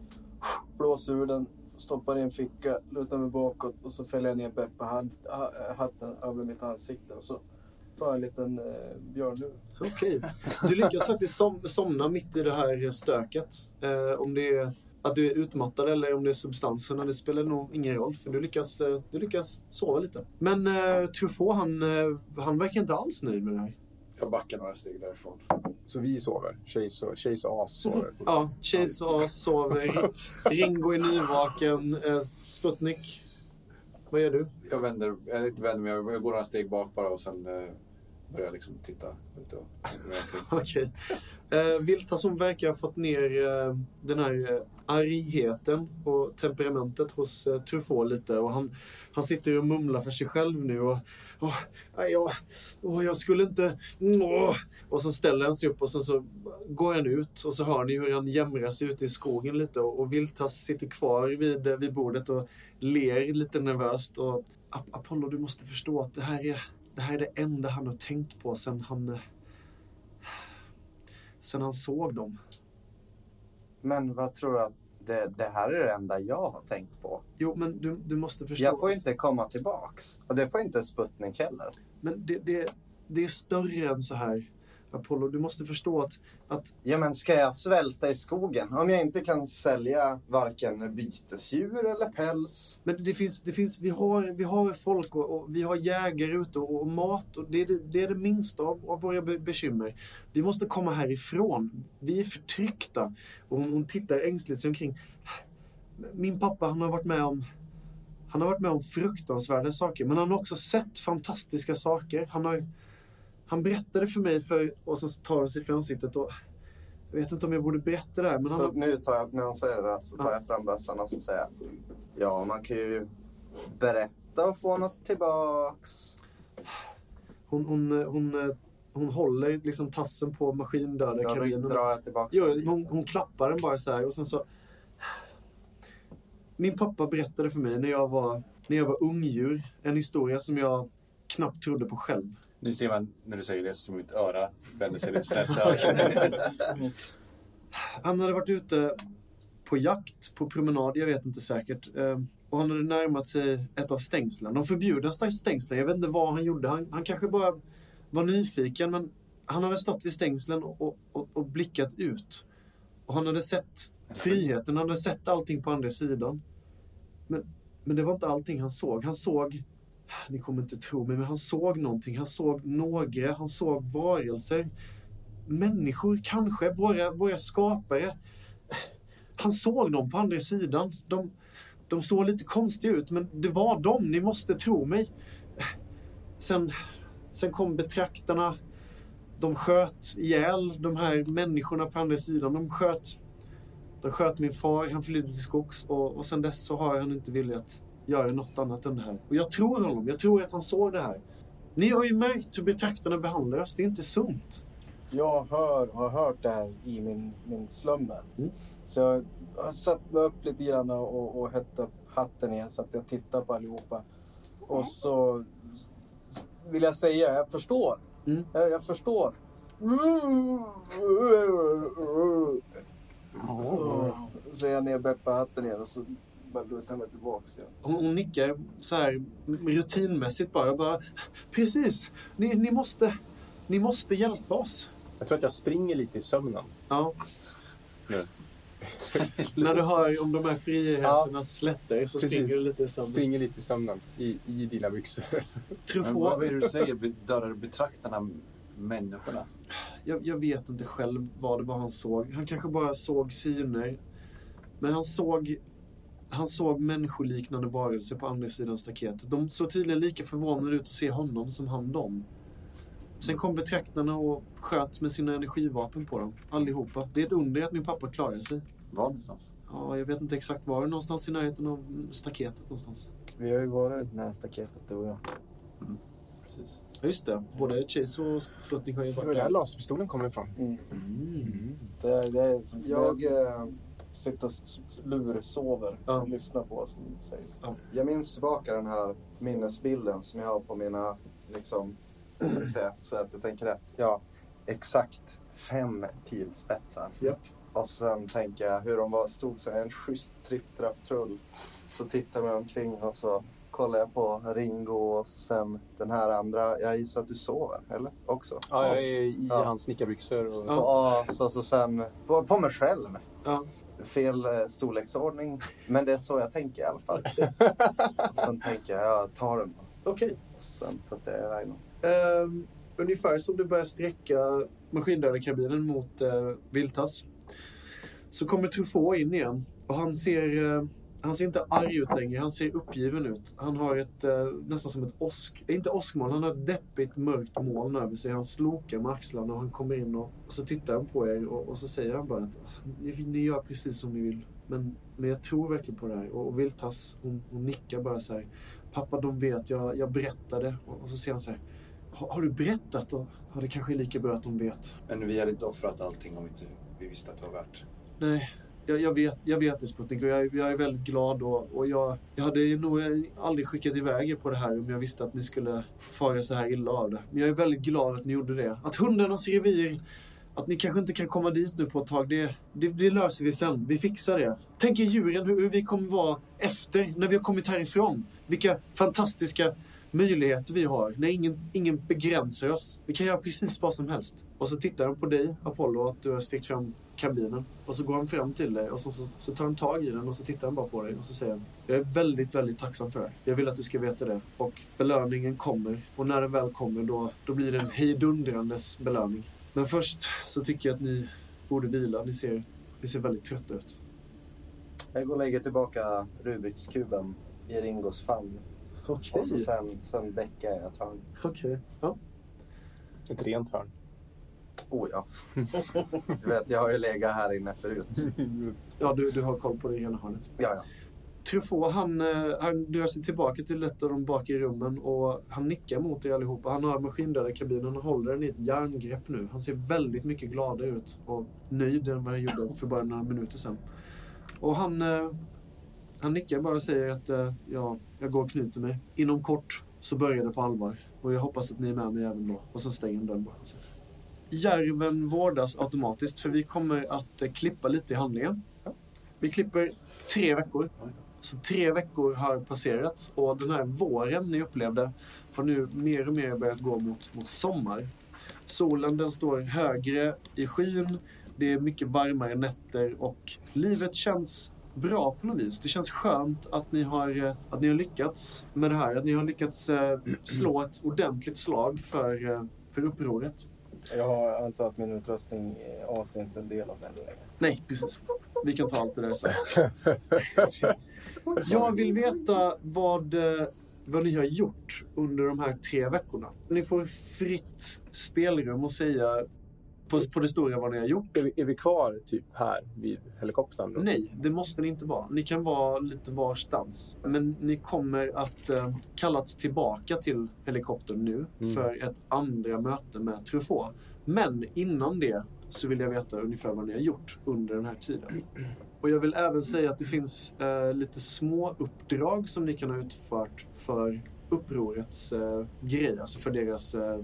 Blåser ur den. Stoppar i en ficka, lutar mig bakåt och så fäller jag ner Beppe-hatten över mitt ansikte och så tar jag en liten eh, björnlur. Okej. Du lyckas faktiskt som, somna mitt i det här stöket. Eh, om det är att du är utmattad eller om det är substanserna, det spelar nog ingen roll. För du lyckas, eh, du lyckas sova lite. Men eh, Truffaut, han, eh, han verkar inte alls nöjd med det här. Jag backar några steg därifrån. Så vi sover. Chase och, Chase och As sover. Ja, Chase och As sover. Ringo är nyvaken. Eh, Sputnik, vad gör du? Jag vänder, jag är inte vänder mig, jag går några steg bak bara och sen eh, börjar jag liksom titta ut och... Okej. Eh, Viltas, som verkar ha fått ner eh, den här eh, argheten och temperamentet hos eh, Truffaut lite. Och han, han sitter och mumlar för sig själv nu. Och, åh, jag, åh, jag skulle inte... Åh. Och så ställer han sig upp och sen så går han ut. Och så hör ni hur han jämrar sig ute i skogen lite. Och, och Viltas sitter kvar vid, vid bordet och ler lite nervöst. Och Apollo, du måste förstå att det här är, det här är det enda han har tänkt på sen han... Sen han såg dem. Men vad tror du att det, det här är det enda jag har tänkt på? Jo, men du, du måste förstå... Jag får inte komma tillbaks. Och det får inte Sputnik heller. Men det, det, det är större än så här, Apollo. Du måste förstå att, att... Ja, men ska jag svälta i skogen? Om jag inte kan sälja varken bytesdjur eller päls. Men det finns, det finns, vi har, vi har folk och, och vi har jägare ute och, och mat. Och det, är det, det är det minsta av, av våra be- bekymmer. Vi måste komma härifrån. Vi är förtryckta. Och hon, hon tittar ängsligt sig omkring. Min pappa, han har varit med om... Han har varit med om fruktansvärda saker. Men han har också sett fantastiska saker. Han har... Han berättade för mig för, och så tar han sig för ansiktet och jag vet inte om jag borde berätta det här. Men så han... nu tar jag, när han säger det så tar jag fram bössan och så säger jag, ja, man kan ju berätta lätta att få något tillbaks. Hon, hon, hon, hon håller liksom tassen på maskindöda Jag karabinen. drar jag tillbaks. Jo, hon, hon klappar den bara så här och sen så... Min pappa berättade för mig när jag var, när jag var ungdjur en historia som jag knappt trodde på själv. Nu ser man, när du säger det, som mitt öra vänder sig lite snett så här. Han hade varit ute på jakt, på promenad, jag vet inte säkert. Och han hade närmat sig ett av stängslen. De förbjudna stängslen, jag vet inte vad han gjorde. Han, han kanske bara var nyfiken, men han hade stått vid stängslen och, och, och blickat ut. Och han hade sett friheten, han hade sett allting på andra sidan. Men, men det var inte allting han såg. Han såg, ni kommer inte tro mig, men han såg någonting. Han såg några, han såg varelser. Människor, kanske, våra, våra skapare. Han såg dem på andra sidan. De, de såg lite konstiga ut, men det var de, ni måste tro mig. Sen, sen kom betraktarna. De sköt ihjäl de här människorna på andra sidan. De sköt, de sköt min far, han flydde till skogs. Och, och sen dess så har han inte velat göra något annat än det här. Och jag tror honom, jag tror att han såg det här. Ni har ju märkt hur betraktarna behandlar oss, det är inte sunt. Jag hör, har hört det här i min, min slummer. Mm. Så jag har satt mig upp lite grann och, och hett upp hatten igen så att jag tittar på allihopa. Och så vill jag säga, jag förstår. Mm. Jag, jag förstår. Så jag ner Beppa hatten igen och så bara lutar jag mig tillbaka igen. Hon, hon nickar så här rutinmässigt bara. bara precis, ni, ni, måste, ni måste hjälpa oss. Jag tror att jag springer lite i sömnen. Ja. Nu. När du hör om de här friheterna Ja. slätter så Precis. springer du lite i sömnen. Springer lite i sömnen i, i dina byxor. Men vad är det du säger? Dödar betraktarna människorna? Jag, jag vet inte själv vad det var han såg. Han kanske bara såg syner. Men han såg, han såg människoliknande varelser på andra sidan staketet. De såg tydligen lika förvånade ut att se honom som han dem. Sen kom betraktarna och sköt med sina energivapen på dem. Allihopa. Det är ett under att min pappa klarar sig. Var någonstans? Ja, jag vet inte exakt var. Någonstans i närheten av staketet någonstans. Vi har ju varit nära staketet, du och jag. Mm. Precis. Ja, just det. Både Chase och Sputnik har ju Det var varit där där. laserpistolen kommer ifrån. Mm. Mm. Det, det är som Jag, jag eh, sitter och s- s- lursover Ja. och lyssnar på vad som sägs. Ja. jag minns tillbaka den här minnesbilden som jag har på mina, liksom, ska vi säga, så att jag tänker rätt. Ja, exakt fem pilspetsar. Japp. Och sen tänker jag hur de var, stod så här, en schysst tripp-trapp-trull. Så tittar jag mig omkring och så kollar jag på Ringo och sen den här andra. Jag gissar att du sover, eller? Också? Ja, jag är i Ja. hans snickarbyxor. Och... Ja. Så, så, så sen på, på mig själv. Ja. Fel eh, storleksordning. Men det är så jag tänker i alla fall. Och sen tänker jag, jag tar den. Okej. Och sen puttar jag iväg den. Ehm, ungefär som du börjar sträcka maskindödarkabinen mot uh, Viltas så kommer Truffaut in igen och han ser, uh, han ser inte arg ut längre, han ser uppgiven ut. Han har ett uh, nästan som ett åsk, inte åskmoln, han har ett deppigt mörkt moln över sig. Han slokar med axlarna och han kommer in och, och så tittar han på er och, och så säger han bara att ni, ni gör precis som ni vill. Men, men jag tror verkligen på det här. Och, och Viltas, hon, hon nickar bara så här. Pappa, de vet, jag, jag berättade. Och, och så säger han så här. Har, har du berättat? Och, ja, det kanske är lika bra att de vet. Men vi hade inte offrat allting om inte vi visste att det var värt. Nej, jag, jag vet, jag vet det, Sputnik. Och jag, jag är väldigt glad. Och, och jag, jag hade nog aldrig skickat iväg er på det här om jag visste att ni skulle fara så här illa av det. Men jag är väldigt glad att ni gjorde det. Att hundarnas revir, att ni kanske inte kan komma dit nu på ett tag, det, det, det löser vi sen. Vi fixar det. Tänk er djuren, hur, hur vi kommer vara efter, när vi har kommit härifrån. Vilka fantastiska möjligheter vi har, när ingen, ingen begränsar oss. Vi kan göra precis vad som helst. Och så tittar de på dig, Apollo, att du har sträckt fram kabinen. Och så går han fram till dig och så, så, så tar han tag i den och så tittar han bara på dig och så säger han: jag är väldigt, väldigt tacksam för det. Jag vill att du ska veta det. Och belöningen kommer. Och när den väl kommer, då, då blir det en hejdundrandes belöning. Men först så tycker jag att ni borde vila. Ni ser, ni ser väldigt trötta ut. Jag går och lägger tillbaka Rubiks kuben i Ringos famn. Okej. Och så sen, sen däckar jag ett hörn. Okej. Ja. Ett rent hörn. Oh ja. Du vet, jag har ju legat här inne förut. Ja, du, du har koll på det ena hörnet. Ja, ja. Truffaut, han, eh, han drar sig tillbaka till ett av de bakre rummen och han nickar mot er allihopa. Han har maskindödarkabinen och håller den i ett järngrepp nu. Han ser väldigt mycket gladare ut och nöjd än vad han gjorde för bara några minuter sedan. Och han, eh, han nickar bara och säger att eh, ja, jag går och knyter mig. Inom kort så börjar det på allvar. Och jag hoppas att ni är med mig även då. Och så stänger han dörren bakom sig. Järven vårdas automatiskt för vi kommer att eh, klippa lite i handlingen. Vi klipper tre veckor. Så tre veckor har passerat och den här våren ni upplevde har nu mer och mer börjat gå mot, mot sommar. Solen den står högre i skyn, det är mycket varmare nätter och livet känns bra på något vis. Det känns skönt att ni har, att ni har lyckats med det här. Att ni har lyckats eh, slå ett ordentligt slag för, eh, för upproret. Jag har antar att min utrustning avser inte en del av den längre. Nej, precis. Vi kan ta allt det där sen. Jag vill veta vad, vad ni har gjort under de här tre veckorna. Ni får fritt spelrum att säga på, på det stora vad ni har gjort. Är vi, är vi kvar typ här vid helikoptern då? Nej, det måste ni inte vara. Ni kan vara lite varstans. Men ni kommer att eh, kallats tillbaka till helikoptern nu mm. för ett andra möte med Truffaut. Men innan det så vill jag veta ungefär vad ni har gjort under den här tiden. Och jag vill även säga att det finns eh, lite små uppdrag som ni kan ha utfört för upprorets eh, grej. Alltså för deras eh,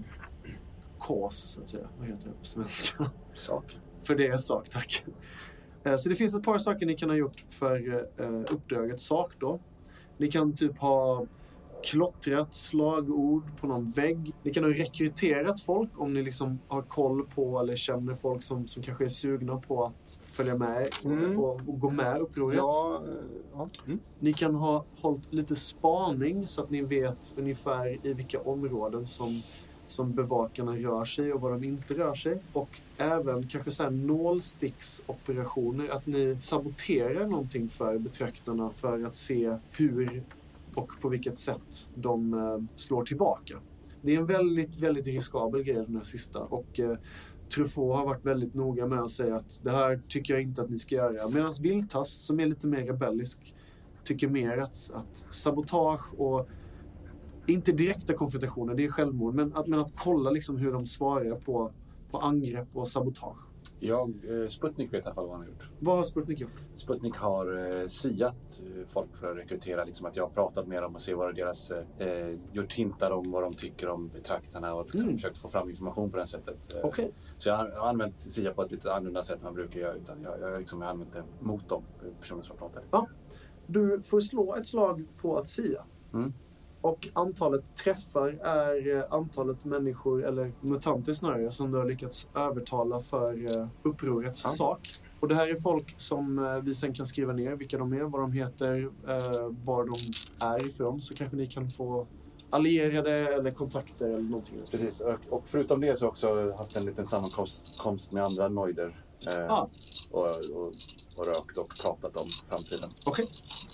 cause, så att säga. Vad heter det på svenska? Sak. För deras sak, tack. Eh, så det finns ett par saker ni kan ha gjort för eh, uppdraget sak då. Ni kan typ ha klottrat slagord på någon vägg. Ni kan ha rekryterat folk om ni liksom har koll på eller känner folk som, som kanske är sugna på att följa med mm. och, och gå med upproret. Ja, ja. Mm. Ni kan ha hållit lite spaning så att ni vet ungefär i vilka områden som, som bevakarna rör sig och var de inte rör sig. Och även kanske så här nålsticksoperationer, att ni saboterar någonting för betraktarna för att se hur och på vilket sätt de eh, slår tillbaka. Det är en väldigt, väldigt riskabel grej den här sista. Och eh, Truffaut har varit väldigt noga med att säga att det här tycker jag inte att ni ska göra. Medan Vildtast, som är lite mer rebellisk, tycker mer att, att sabotage och inte direkta konfrontationer, det är självmord. Men att, men att kolla liksom hur de svarar på, på angrepp och sabotage. Jag, eh, Sputnik vet i alla fall vad han har gjort. Vad har Sputnik gjort? Sputnik har eh, siat eh, folk för att rekrytera. Liksom att jag har pratat med dem och se vad deras... Eh, gjort hintar om vad de tycker om betraktarna och liksom Mm. försökt få fram information på det sättet. Eh, Okej. Så jag har, jag har använt SIA på ett lite annorlunda sätt än man brukar göra. Utan jag, jag, liksom, jag har använt det mot de personer som pratar. Ja. Du får slå ett slag på att sia. Mm. Och antalet träffar är eh, antalet människor, eller mutanter snarare, som du har lyckats övertala för eh, upprorets Ja. sak. Och det här är folk som eh, vi sen kan skriva ner vilka de är, vad de heter, eh, var de är ifrån. Så kanske ni kan få allierade eller kontakter eller någonting. Precis, och, och förutom det så har jag också haft en liten sammankomst med andra noider. Eh, Ah. och, och, och rökt och pratat om framtiden. Okej.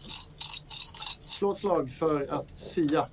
Slå ett slag för att sia.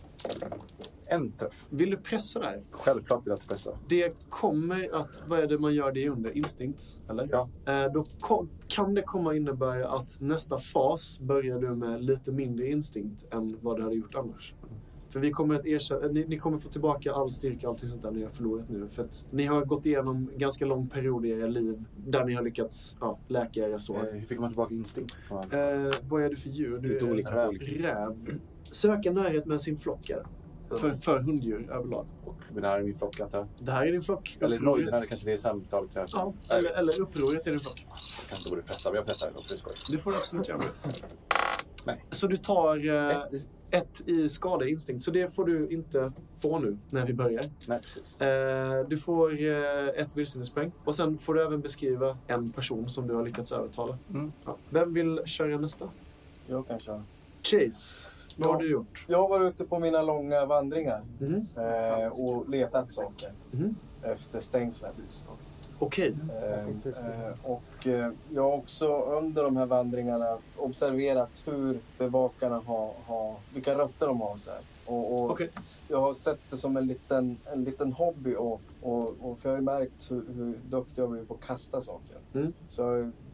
En träff. Vill du pressa där? Självklart vill jag pressa. Det kommer att, vad är det man gör det under? Instinkt, eller? Ja. Eh, då kom, kan det komma innebära att nästa fas börjar du med lite mindre instinkt än vad du hade gjort annars. För vi kommer att ersätta, ni, ni kommer få tillbaka all styrka och allting sånt där ni har förlorat nu. För att ni har gått igenom ganska lång period i era liv där ni har lyckats ja, läka era sår. Eh, hur fick man tillbaka instinkt? Eh, vad är du för djur? Du Lite är olika, räv. olika. räv. Söka närhet med sin flock är det. För, för hunddjur överlag. Och det här är min flock, antar jag. Det här är din flock. Eller Upproret. noiderna, kanske det är samtalet. Jag Ja, eller, eller upproret är din flock. kanske borde pressa, men jag pressar ändå för det skoj. Det får du absolut göra. Nej. Så du tar eh, Ett i- ett i skada instinkt. Så det får du inte få nu när vi börjar. Nej, precis. Eh, du får eh, ett vildsinnespoäng. Och sen får du även beskriva en person som du har lyckats övertala. Mm. Ja. Vem vill köra nästa? Jag kan köra. Chase, vad Ja. har du gjort? Jag har varit ute på mina långa vandringar Mhm. eh, och letat saker Mhm. efter stängslet. Okej. Eh, eh, och eh, jag har också under de här vandringarna observerat hur bevakarna har, har vilka rötter de har. Så här. Och, och Okej. jag har sett det som en liten, en liten hobby och, och, och för jag har ju märkt hur, hur duktig jag blir på att kasta saker. Mm. Så jag har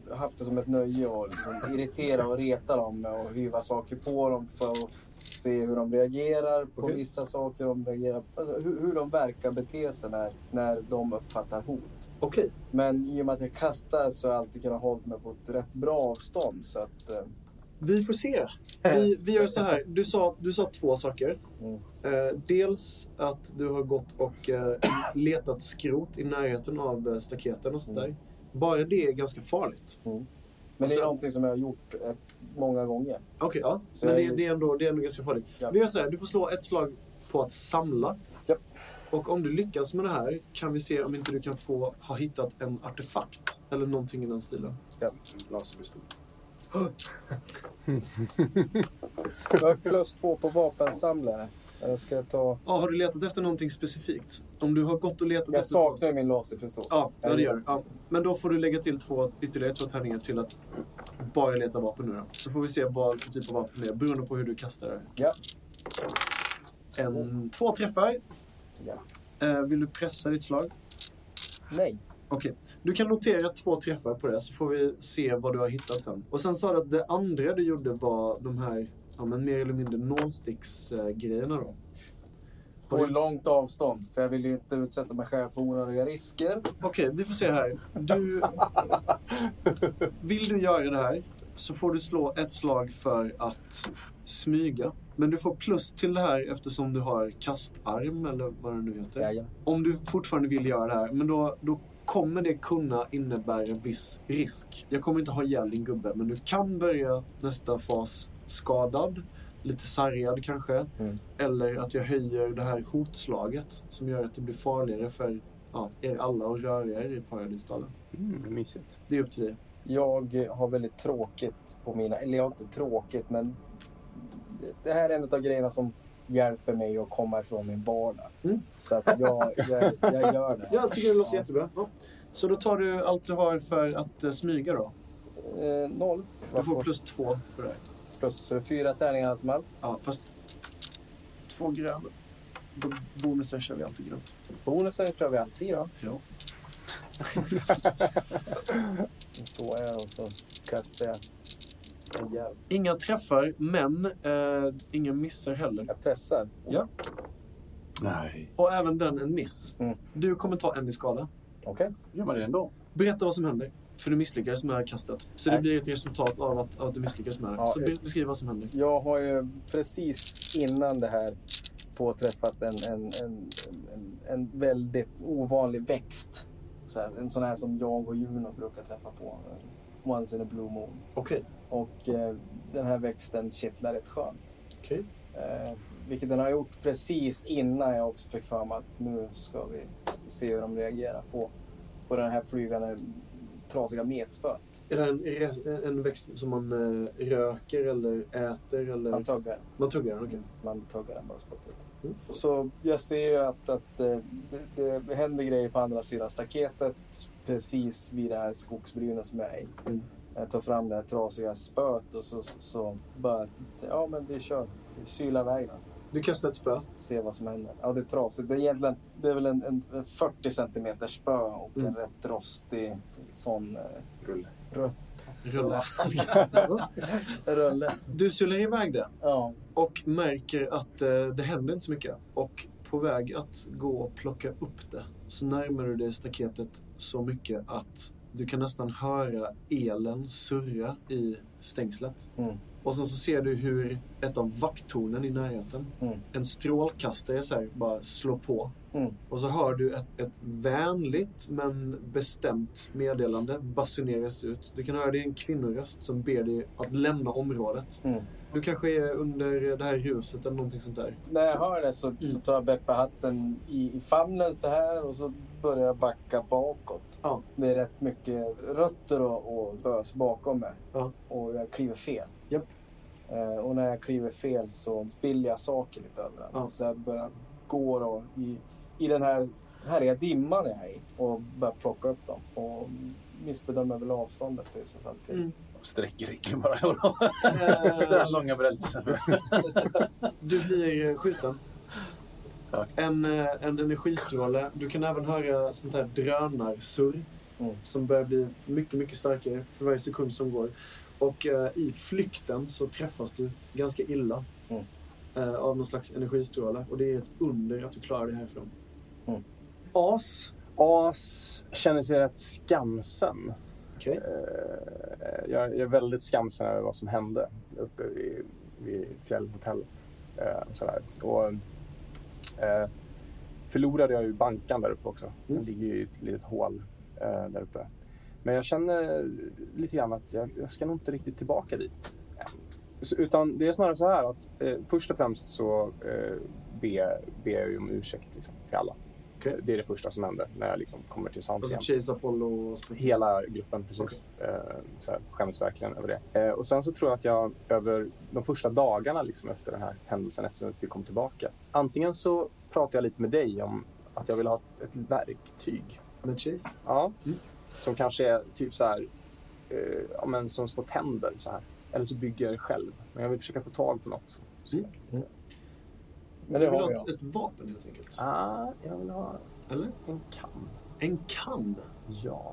haft det som ett nöje att liksom irritera och reta dem och hyva saker på dem för att se hur de reagerar på Okej. vissa saker. De reagerar, alltså hur, hur de verkar bete sig när, när de uppfattar hot. Okej. Men i och med att jag kastar så har jag alltid kunnat hålla mig på ett rätt bra avstånd. Så att, eh, Vi får se. Vi, vi gör så här. Du sa, du sa två saker. Mm. Eh, dels att du har gått och eh, letat skrot i närheten av eh, staketen och sånt där. Mm. Bara det är ganska farligt. mm. Men Och det är sen- någonting som jag har gjort ett, många gånger. Okej, ja. Så Men det, jag- det, är ändå, det är ändå ganska farligt. Ja. Vi gör så här. Du får slå ett slag på att samla. Ja. Och om du lyckas med det här kan vi se om inte du kan få ha hittat en artefakt. Eller någonting i den stilen. Laserpistol. Jag har plus två på vapensamlare. Eller ska jag ta... Ja, har du letat efter någonting specifikt? Om du har gått och letat Jag efter... saknar min laserpistol. Ja, ja, det gör du. Ja. Men då får du lägga till två, ytterligare två tärningar till att bara leta vapen nu då. Så får vi se vad för typ av vapen det är, beroende på hur du kastar det. Ja. En, två träffar. Ja. Eh, vill du pressa ditt slag? Nej. Okej. Du kan notera två träffar på det, så får vi se vad du har hittat sen. Och sen sa du att det andra du gjorde var de här, ja, men mer eller mindre nålsticksgrejerna då. På långt avstånd. För jag vill ju inte utsätta mig själv för onödiga risker. Okej, vi får se här. Du... Vill du göra det här så får du slå ett slag för att smyga. Men du får plus till det här eftersom du har kastarm eller vad det nu heter. Ja, ja. Om du fortfarande vill göra det här, men då, då kommer det kunna innebära en viss risk. Jag kommer inte ha ihjäl din gubbe, men du kan börja nästa fas skadad. Lite sargad kanske. Mm. Eller att jag höjer det här hotslaget som gör att det blir farligare för ja, er alla att röra er i Paradisdalen. Mm, mysigt. Det är upp till dig. Jag har väldigt tråkigt på mina... Eller jag har inte tråkigt, men... Det här är en av grejerna som hjälper mig att komma ifrån min vardag. Mm. Så att jag, jag, jag gör det. Jag tycker det låter Ja. jättebra. Ja. Så då tar du allt du har för att uh, smyga då. Eh, noll. Du får plus två för det. plus så det är fyra tärningar allt som allt. Ja, fast två gröna. Bo- Bonusen kör vi alltid grönt. Bonusen kör vi alltid då. Ja. Nu står jag och så kastar jag en jävla... Inga träffar, men eh, inga missar heller. Jag pressar. Ja. Nej. Och även den en miss. Mm. Du kommer ta en i skada. Okej. Gör man det ändå? Berätta vad som händer. För du misslyckades med kastet. Så det Nej. blir ett resultat av att, av att du misslyckades med det. Ja, så be- ett- beskriv vad som händer. Jag har ju precis innan det här påträffat en, en, en, en, en väldigt ovanlig växt. Så här, en sån här som jag och Juno brukar träffa på. Once in a blue moon. Okej. Och eh, den här växten kittlar rätt skönt. Okej. Eh, vilket den har gjort precis innan jag också fick för mig att nu ska vi se hur de reagerar på, på den här flygande trasiga metspöt. Är det en, en växt som man eh, röker eller äter? Eller? Man tuggar, Man tuggar den, okej. man tuggar den bara spottar ut. Mm. Så jag ser ju att, att eh, det, det händer grejer på andra sidan staketet precis vid det här skogsbrynet som jag är i. Mm. Jag tar fram det här trasiga spöet och så, så, så bara, ja men vi kör, vi kylar iväg den. Du kastar ett spö. Se vad som händer. Ja, det är trasigt. Det är egentligen det är väl en, en fyrtio centimeter spö och Mm. en rätt rostig sån eh, Rulle. rö- Rulla. rulle. Du sular iväg det. Ja. Och märker att eh, det händer inte så mycket. Och på väg att gå och plocka upp det så närmar du dig staketet så mycket att du kan nästan höra elen surra i stängslet. Mm. Och sen så ser du hur ett av vakttornen i närheten, Mm. en strålkastare så här, bara slår på. Mm. Och så hör du ett, ett vänligt men bestämt meddelande basuneras ut. Du kan höra det är en kvinnoröst som ber dig att lämna området. Mm. Du kanske är under det här huset eller någonting sånt där. När jag hör det så, så tar jag Beppe-hatten i, i famnen så här och så börjar jag backa bakåt. Ja. Det är rätt mycket rötter och, och bös bakom mig. Ja. Och jag kliver fel. Japp. Eh, och när jag kliver fel så spiller jag saker lite överallt. Ja. Så jag börjar gå då i, i den här härliga dimman jag är i och börjar plocka upp dem. Och missbedömer väl avståndet i så fall till. Mm. Sträcker ryggen bara. Den långa berättelsen. Du blir eh, skjuten. Ja. En, eh, en energistråle. Du kan även höra sånt här drönarsurr Mm. som börjar bli mycket, mycket starkare för varje sekund som går. Och eh, i flykten så träffas du ganska illa Mm. eh, av någon slags energistråle. Och det är ett under att du klarar det härifrån. Mm. As. As känner sig rätt skamsen. Okej. Eh, jag, jag är väldigt skamsen över vad som hände uppe vid, vid fjällhotellet. Eh, och sådär. Och, eh, förlorade jag ju bankan där uppe också. Den ligger ju i ett litet hål eh, där uppe. Men jag känner lite grann att jag, jag ska nog inte riktigt tillbaka dit. Så, utan det är snarare så här att eh, först och främst så eh, ber, ber jag ju om ursäkt liksom, till alla. Okay. Det är det första som händer när jag liksom kommer till sans igen. Alltså Chase, Apollo och... Hela gruppen, precis. Okay. Eh, så här, skäms verkligen över det. Eh, och sen så tror jag att jag över de första dagarna liksom, efter den här händelsen, eftersom vi kom tillbaka. Antingen så pratar jag lite med dig om att jag vill ha ett verktyg. Med Chase? Ja. Mm. Som kanske är typ så här, eh, ja, men som små tänder så här. Eller så bygger jag det själv. Men jag vill försöka få tag på något. Mm. Mm. Men det du vill ha ett, ett vapen helt enkelt? Ja, ah, jag vill ha Eller? en kam. En kam? Ja.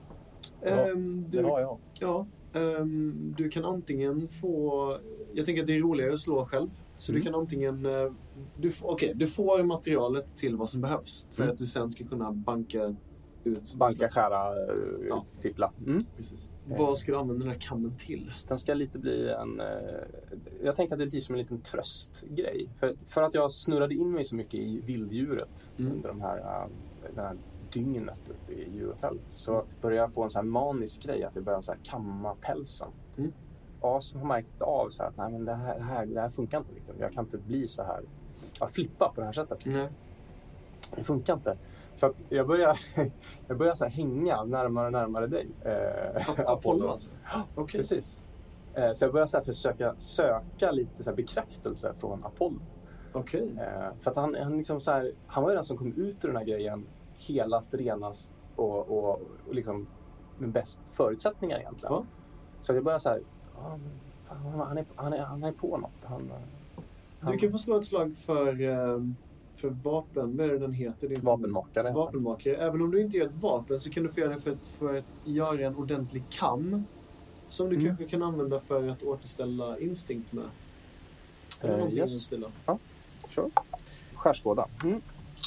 Um, du, det har jag. Ja. Um, du kan antingen få... Jag tänker att det är roligare att slå själv. Så mm. du kan antingen... Uh, du, okay, du får materialet till vad som behövs. För mm. att du sen ska kunna banka ut... Banka, skära, uh, ja. fippla. Mm. Precis. Mm. Vad ska du använda den här kammen till? Den ska lite bli en... Uh, jag tänker att det blir som en liten tröstgrej. För, för att jag snurrade in mig så mycket i vilddjuret mm. under de här, uh, den här dygnet uppe i djurhotellet. Så började jag få en sån här manisk grej att jag började så här kamma pälsen. Mm. Ja, som har märkt av så här att nej, men det, här, det, här, det här funkar inte. Liksom. Jag kan inte bli så här... Jag flippar på det här sättet. Liksom. Mm. Det funkar inte. Så att jag börjar, jag börjar så här hänga närmare och närmare dig. Eh, Apollo alltså? Okay. Precis. Eh, så jag börjar så här försöka söka lite så här bekräftelse från Apollo. Okej. Okay. Eh, för att han, han, liksom så här, han var ju den som kom ut ur den här grejen helast, renast och, och, och liksom med bäst förutsättningar egentligen. Ja. Så jag börjar så här, ah, men, fan, han, är, han, är, han är på något. Han, han... Du kan få slå ett slag för, för vapen. Vad är det den heter? Din Vapenmakare. Vapenmakare. Även om du inte gör ett vapen så kan du få göra det för att, för att göra en ordentlig kam. Som du mm. kanske kan använda för att återställa instinkt med. Eller uh, någonting yes. stilla. Ja, sure. Skärskåda. Mm.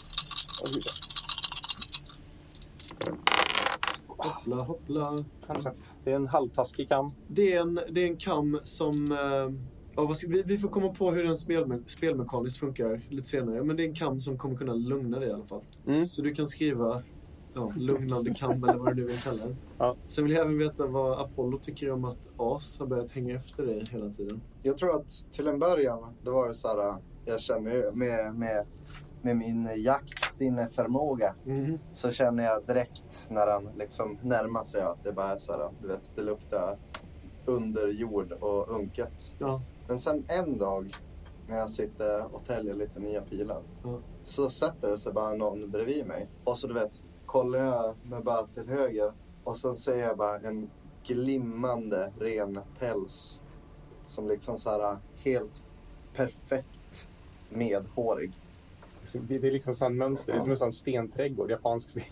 Hoppla, hoppla. Det är en halvtaskig kam. Det är en, det är en kam som... Uh, ja, vad ska, vi, vi får komma på hur den spelme, spelmekaniskt funkar lite senare. Men det är en kam som kommer kunna lugna dig i alla fall. Mm. Så du kan skriva ja, lugnande kam eller vad du nu vill kalla det. Ja. Sen vill jag även veta vad Apollo tycker om att As har börjat hänga efter dig hela tiden. Jag tror att till en början, då var det så här... Jag känner ju med... med med min jaktsinneförmåga mm. så känner jag direkt när han liksom närmar sig att det bara är så här, du vet, det luktar under jord och unket. Ja. Men sen en dag när jag sitter och täljer lite nya pilar ja. så sätter det sig bara någon bredvid mig. Och så du vet, kollar jag med bara till höger och sen ser jag bara en glimmande ren päls som liksom så här helt perfekt medhårig. Det är liksom sån mönster, det är som en sån stenträdgård, japansk sten.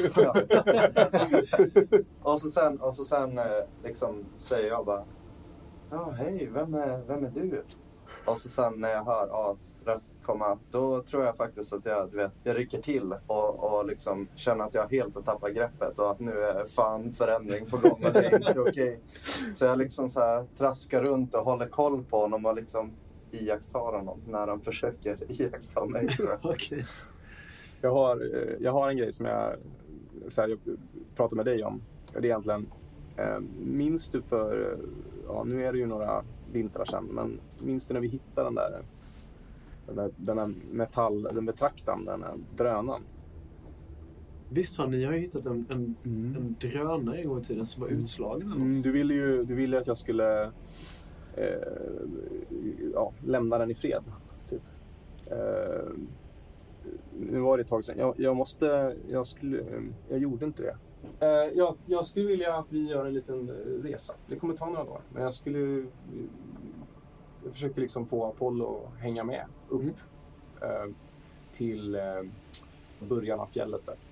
och så sen, och så sen liksom säger jag bara, ja hej, vem är, vem är du? Och så sen när jag hör As röst komma, då tror jag faktiskt att jag, du vet, jag rycker till och, och liksom känner att jag helt har tappat greppet och att nu är fan förändring på gång och det är inte okej. Så jag liksom så här traskar runt och håller koll på honom och liksom iakttar honom när han försöker iaktta mig. Okay. jag, har, jag har en grej som jag, så här, jag pratar med dig om. Det är egentligen, eh, minns du för, ja, nu är det ju några vintrar sedan, men minns du när vi hittade den där, den där, den där metall, den betraktaren, den där drönaren? Visst fan, ni har ju hittat en, en, mm. en drönare en gång i tiden som var utslagen eller något. Mm, du ville ju du ville att jag skulle Eh, ja, lämna den i fred typ. eh, nu var det ett tag sedan jag, jag måste jag skulle jag gjorde inte det eh, jag, jag skulle vilja att vi gör en liten resa. Det kommer ta några dagar, men jag skulle jag försöker liksom få Apollo att hänga med upp mm. eh, till eh, början av fjället där.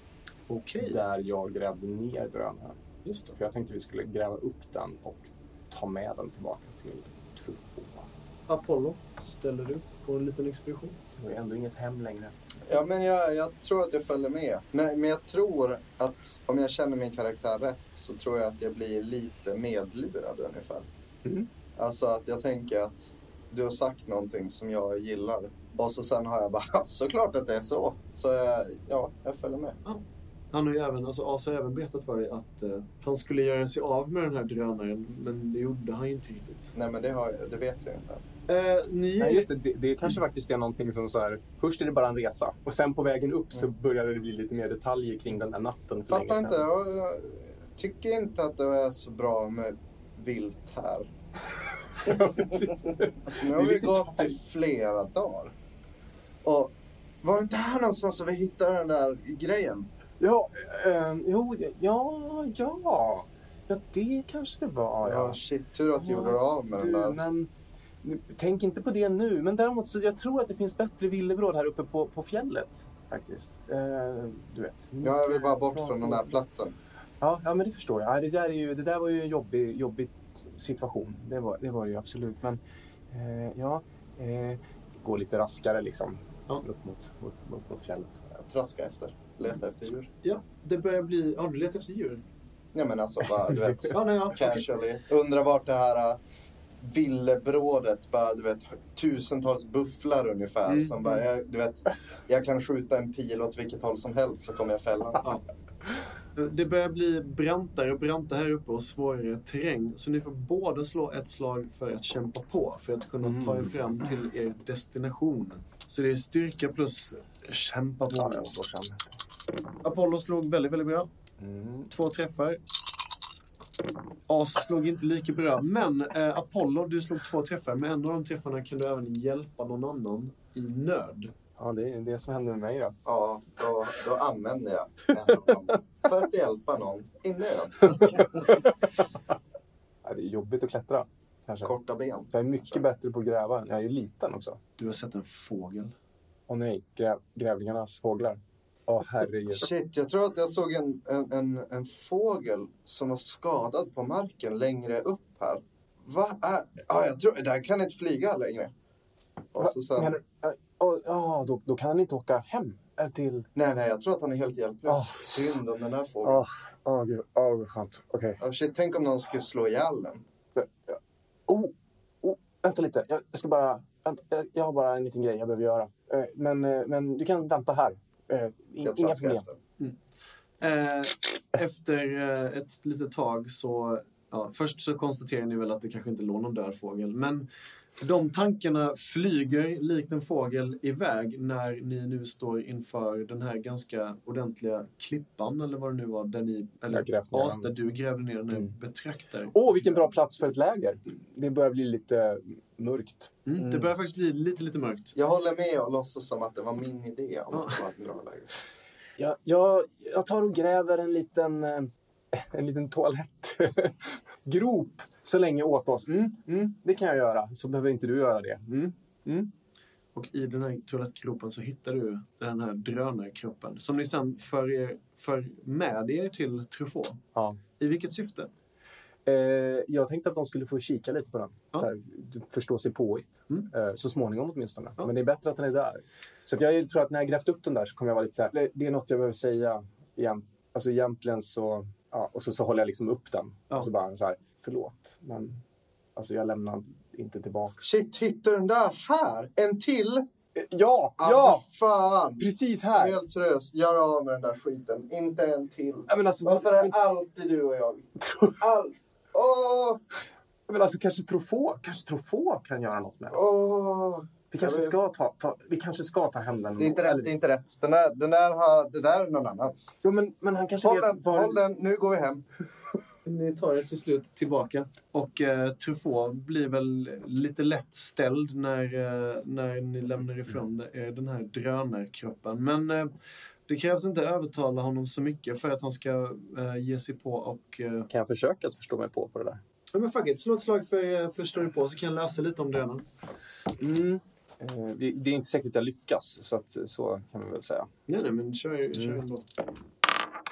Okej. Där jag grävde ner drönaren. Just det. För jag tänkte vi skulle gräva upp den och ta med den tillbaka till Truffaut. Apollo, ställer du på en liten expedition? Det var ju ändå inget hem längre. Ja, men jag, jag tror att jag följer med. Men, men jag tror att om jag känner min karaktär rätt så tror jag att jag blir lite medlurad ungefär. Mm. Alltså att jag tänker att du har sagt någonting som jag gillar. Och så sen har jag bara, såklart att det är så. Så jag, ja, jag följer med. Ja. Han har ju även, alltså Asa har även berättat för dig att uh, han skulle göra sig av med den här drönaren. Men det gjorde han ju inte riktigt. Nej, men det, har, det vet jag inte. Uh, ni... Nej, just det. Det, det kanske faktiskt är någonting som så här, först är det bara en resa. Och sen på vägen upp så börjar det bli lite mer detaljer kring den här natten. För Fattar inte, jag, jag tycker inte att det är så bra med vilt här. Alltså nu har vi gått i flera dagar. Och var det inte här någonstans som vi hittade den där grejen? Ja, eh, jo, ja, ja. Ja, det kanske det var. Ja, Ja, shit, tur att du gjorde av med du, den där. Men nu, tänk inte på det nu. Men däremot så jag tror att det finns bättre villebråd här uppe på, på fjället. Faktiskt. Eh, du vet. Ja, jag vill bara bort från den här platsen. Ja, ja, men det förstår jag. Ja, det, där är ju, det där var ju en jobbig, jobbig situation. Det var det, var det ju absolut. Men eh, ja, eh, gå lite raskare liksom. Ja. Upp mot, mot, mot, mot fjället. Jag traskar efter. Leta efter djur. Ja, det börjar bli... Har du letat efter djur? Ja, men alltså bara, du vet. Ja, nej, ja. Casually. Undrar vart det här uh, villebrådet, bara, du vet, tusentals bufflar ungefär. Mm. Som bara, jag, du vet, jag kan skjuta en pil åt vilket håll som helst så kommer jag fälla den. Ja. Det börjar bli brantare och brantare här uppe och svårare terräng. Så ni får båda slå ett slag för att kämpa på. För att kunna ta er fram till er destination. Så det är styrka plus kämpa på. Ja, jag slår sen. Apollo slog väldigt, väldigt bra. Mm. Två träffar. As slog inte lika bra. Men eh, Apollo, du slog två träffar. Med en av de träffarna kan du även hjälpa någon annan i nöd. Ja, det är det som händer med mig då. Ja, då, då använder jag en av dem för att hjälpa någon i nöd. Ja, det är jobbigt att klättra. Kanske. Korta ben. Jag är mycket bättre på att gräva. Jag är liten också. Du har sett en fågel. Åh nej, gräv, grävlingarnas fåglar. Åh herregud. Shit, jag tror att jag såg en, en, en, en fågel som var skadad på marken längre upp här. Vad är... Ja, jag tror... Den kan inte flyga längre. Och så sen... Men, äh, oh, oh, då, då kan han inte åka hem äh, till... Nej, nej, jag tror att han är helt hjälplös. Oh. Synd om den här fågeln. Åh, oh, oh, gud. Åh, oh, skönt. Okej. Okay. Oh, shit, tänk om någon skulle slå ihjäl den. Oh, oh, vänta lite. Jag, jag ska bara... Vänta, jag, jag har bara en liten grej jag behöver göra. Eh, men, eh, men du kan vänta här. Eh, Jag inga traskar problem. efter. Eh, efter eh, ett litet tag så... Ja, först så konstaterar ni väl att det kanske inte låg någon död fågel. Men de tankarna flyger likt en fågel iväg när ni nu står inför den här ganska ordentliga klippan. Eller vad det nu var. Där ni... Eller as, där du grävde ner den här Mm. betraktar. Åh, oh, vilken bra plats för ett läger. Det börjar bli lite mörkt. Mm, Mm. Det börjar faktiskt bli lite, lite mörkt. Jag håller med och låtsas som att det var min idé om Ja. att det var ett bra läge. Jag, jag, jag tar och gräver en liten, eh, en liten toalettgrop så länge åt oss. Mm, mm, det kan jag göra. Så behöver inte du göra det. Mm, mm. Och i den här toalettgropen så hittar du den här drönarkroppen. Som ni sen för, er, för med er till Truffaut. Ja. I vilket syfte? Eh, jag tänkte att de skulle få kika lite på den. Ja. Så här, förstå sig påigt. Mm. Eh, så småningom åtminstone. Ja. Men det är bättre att den är där. Så att jag tror att när jag grävt upp den där så kommer jag vara lite så här. Det är något jag behöver säga igen. Alltså egentligen så... Ja, och så, så håller jag liksom upp den. Ja. Och så bara så här. Förlåt. Men alltså jag lämnar inte tillbaka. Shit, hittar den där här? En till? Eh, Ja! Ah, ja! för fan! Precis här! Helt seriöst, gör av med den där skiten. Inte en till. Ja, men alltså, Varför är det alltid du och jag? Allt. Åh! Men alltså kanske Truffaut, kanske Truffaut kan göra något med den. Åh! Vi kanske Jag vet- ska ta, ta, vi kanske ska ta hem den. Det är inte rätt, Eller- det är inte rätt. Den där, den där har, det där är någon annans. Jo, men, men han kanske Håll vet den, var... håll den, nu går vi hem. Ni tar er till slut tillbaka. Och eh, Truffaut blir väl lite lätt ställd när, eh, när ni lämnar ifrån er den här drönarkroppen. Men eh, det krävs inte övertala honom så mycket för att han ska eh, ge sig på och... Eh, Kan jag försöka att förstå mig på på det där? ja, men fuck it, slå ett slag för, för stå på så kan jag läsa lite om drönaren. Mm. Eh, det, det är inte säkert att jag lyckas, så, att, så kan man väl säga. Nej, nej, men kör, kör Mm. ändå.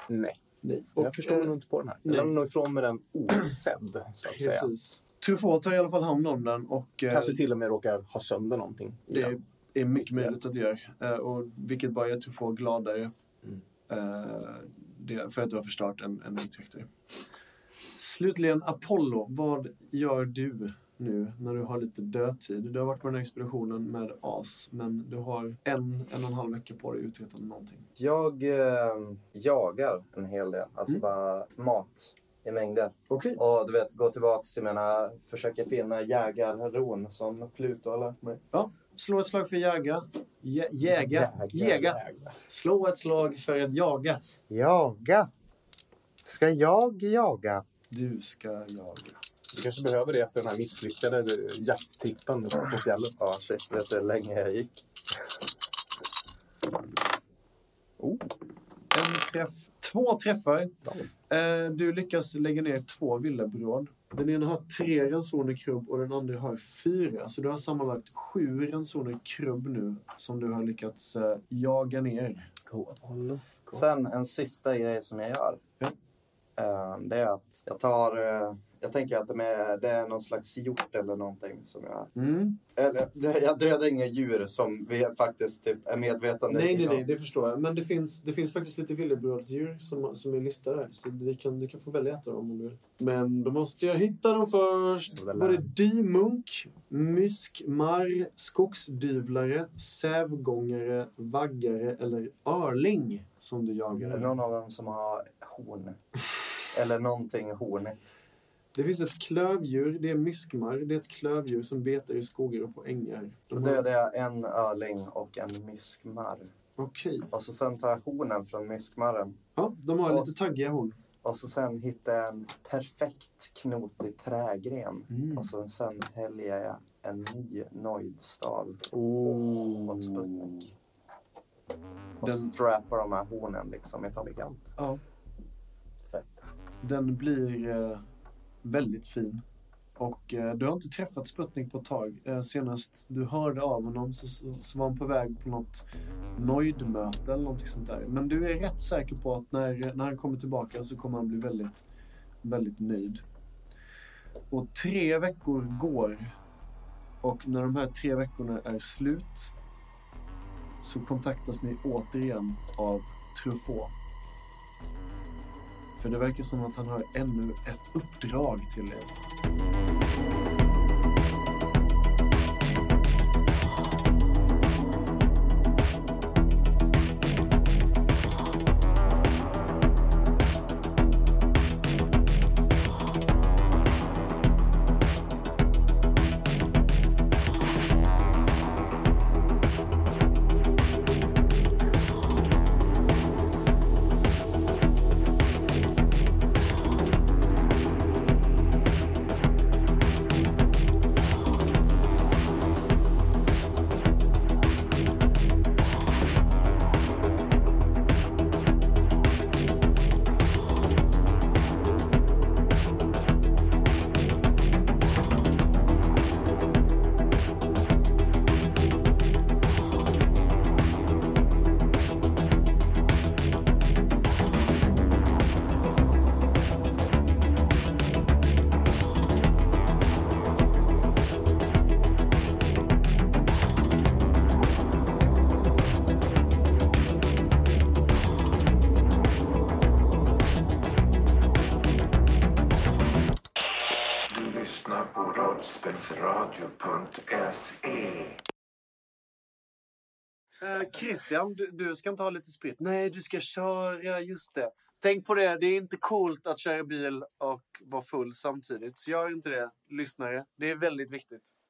Nej. Nej. Jag förstår nog inte på den här. Jag Nej. lämnar nog ifrån med den osedd, så att säga. Precis. Truffaut tar i alla fall hand om den och... eh, Kanske till och med råkar ha sönder någonting. Det Ja. är, är mycket möjligt att det gör. Eh, och vilket bara gör Truffaut gladare. Mm. Eh, det, för att du har förstört en, en utveckling. Slutligen, Apollo. Vad gör du nu när du har lite dödtid? Du har varit på den här expeditionen med As. Men du har en, en och en halv vecka på dig att utreda någonting. Jag eh, jagar en hel del. Alltså Mm. bara mat i mängder. Okej. Och du vet, gå tillbaks till mina... Försöka finna jägarron som Pluto har lärt mig. Slå ett slag för jaga. Jä- jäga. Jäga. Slå ett slag för att jaga. Jaga? Ska jag jaga? Du ska jaga. Du kanske behöver det efter den här misslyckade jakttrippen uppe på fjället. Ja, shit. Vet du hur länge jag gick? En träff. Två träffar. Eh, du lyckas lägga ner två villebråd. Den ena har tre ransoner krubb och den andra har fyra. Så du har sammanlagt sju ransoner krubb nu som du har lyckats eh, jaga ner. Cool. Sen en sista grej som jag gör. Ja. Eh, det är att jag tar... eh, jag tänker att det är, det är någon slags hjort eller någonting som jag... Mm. Eller, det- jag dödar inga djur som vi faktiskt typ är medvetande Nej, nej, inom. nej, det förstår jag. Men det finns, det finns faktiskt lite villebrådsdjur som, som är listade här. Så vi kan, du kan få välja ett av dem om du vill. Men då måste jag hitta dem först. Så det Var det lär. dymunk, myskmarr, skogsdyvlare, sävgångare, vaggare eller örling som du Är jagar? det någon av dem som har horn? Eller någonting hornigt? Det finns ett klövdjur, det är myskmarr. Det är ett klövdjur som betar i skogar och på ängar. Då De har... dödar jag en öling och en myskmarr. Okej. Och så sen tar jag hornen från myskmarren. Ja, de har Och- lite taggiga horn. Och så sen hittar jag en perfekt knotig trägren. Mm. Och så sen täljer jag en ny nojdstav. Oh. Åt Sputnik. Och Den- strappar de här hornen liksom elegant. Ja. Fett. Den blir eh, väldigt fin. Och eh, du har inte träffat Sputnik på ett tag. Eh, senast du hörde av honom så, så, så var han på väg på något nojdmöte eller någonting sånt där. Men du är rätt säker på att när, när han kommer tillbaka så kommer han bli väldigt, väldigt nöjd. Och tre veckor går. Och när de här tre veckorna är slut så kontaktas ni återigen av Truffaut. För det verkar som att han har ännu ett uppdrag till er. Du lyssnar på rollspelsradio punkt se. Eh, Christian, du, du ska inte ha lite sprit. Nej, du ska köra, just det. Tänk på det, det är inte coolt att köra bil och vara full samtidigt. Så gör inte det, lyssnare. Det är väldigt viktigt.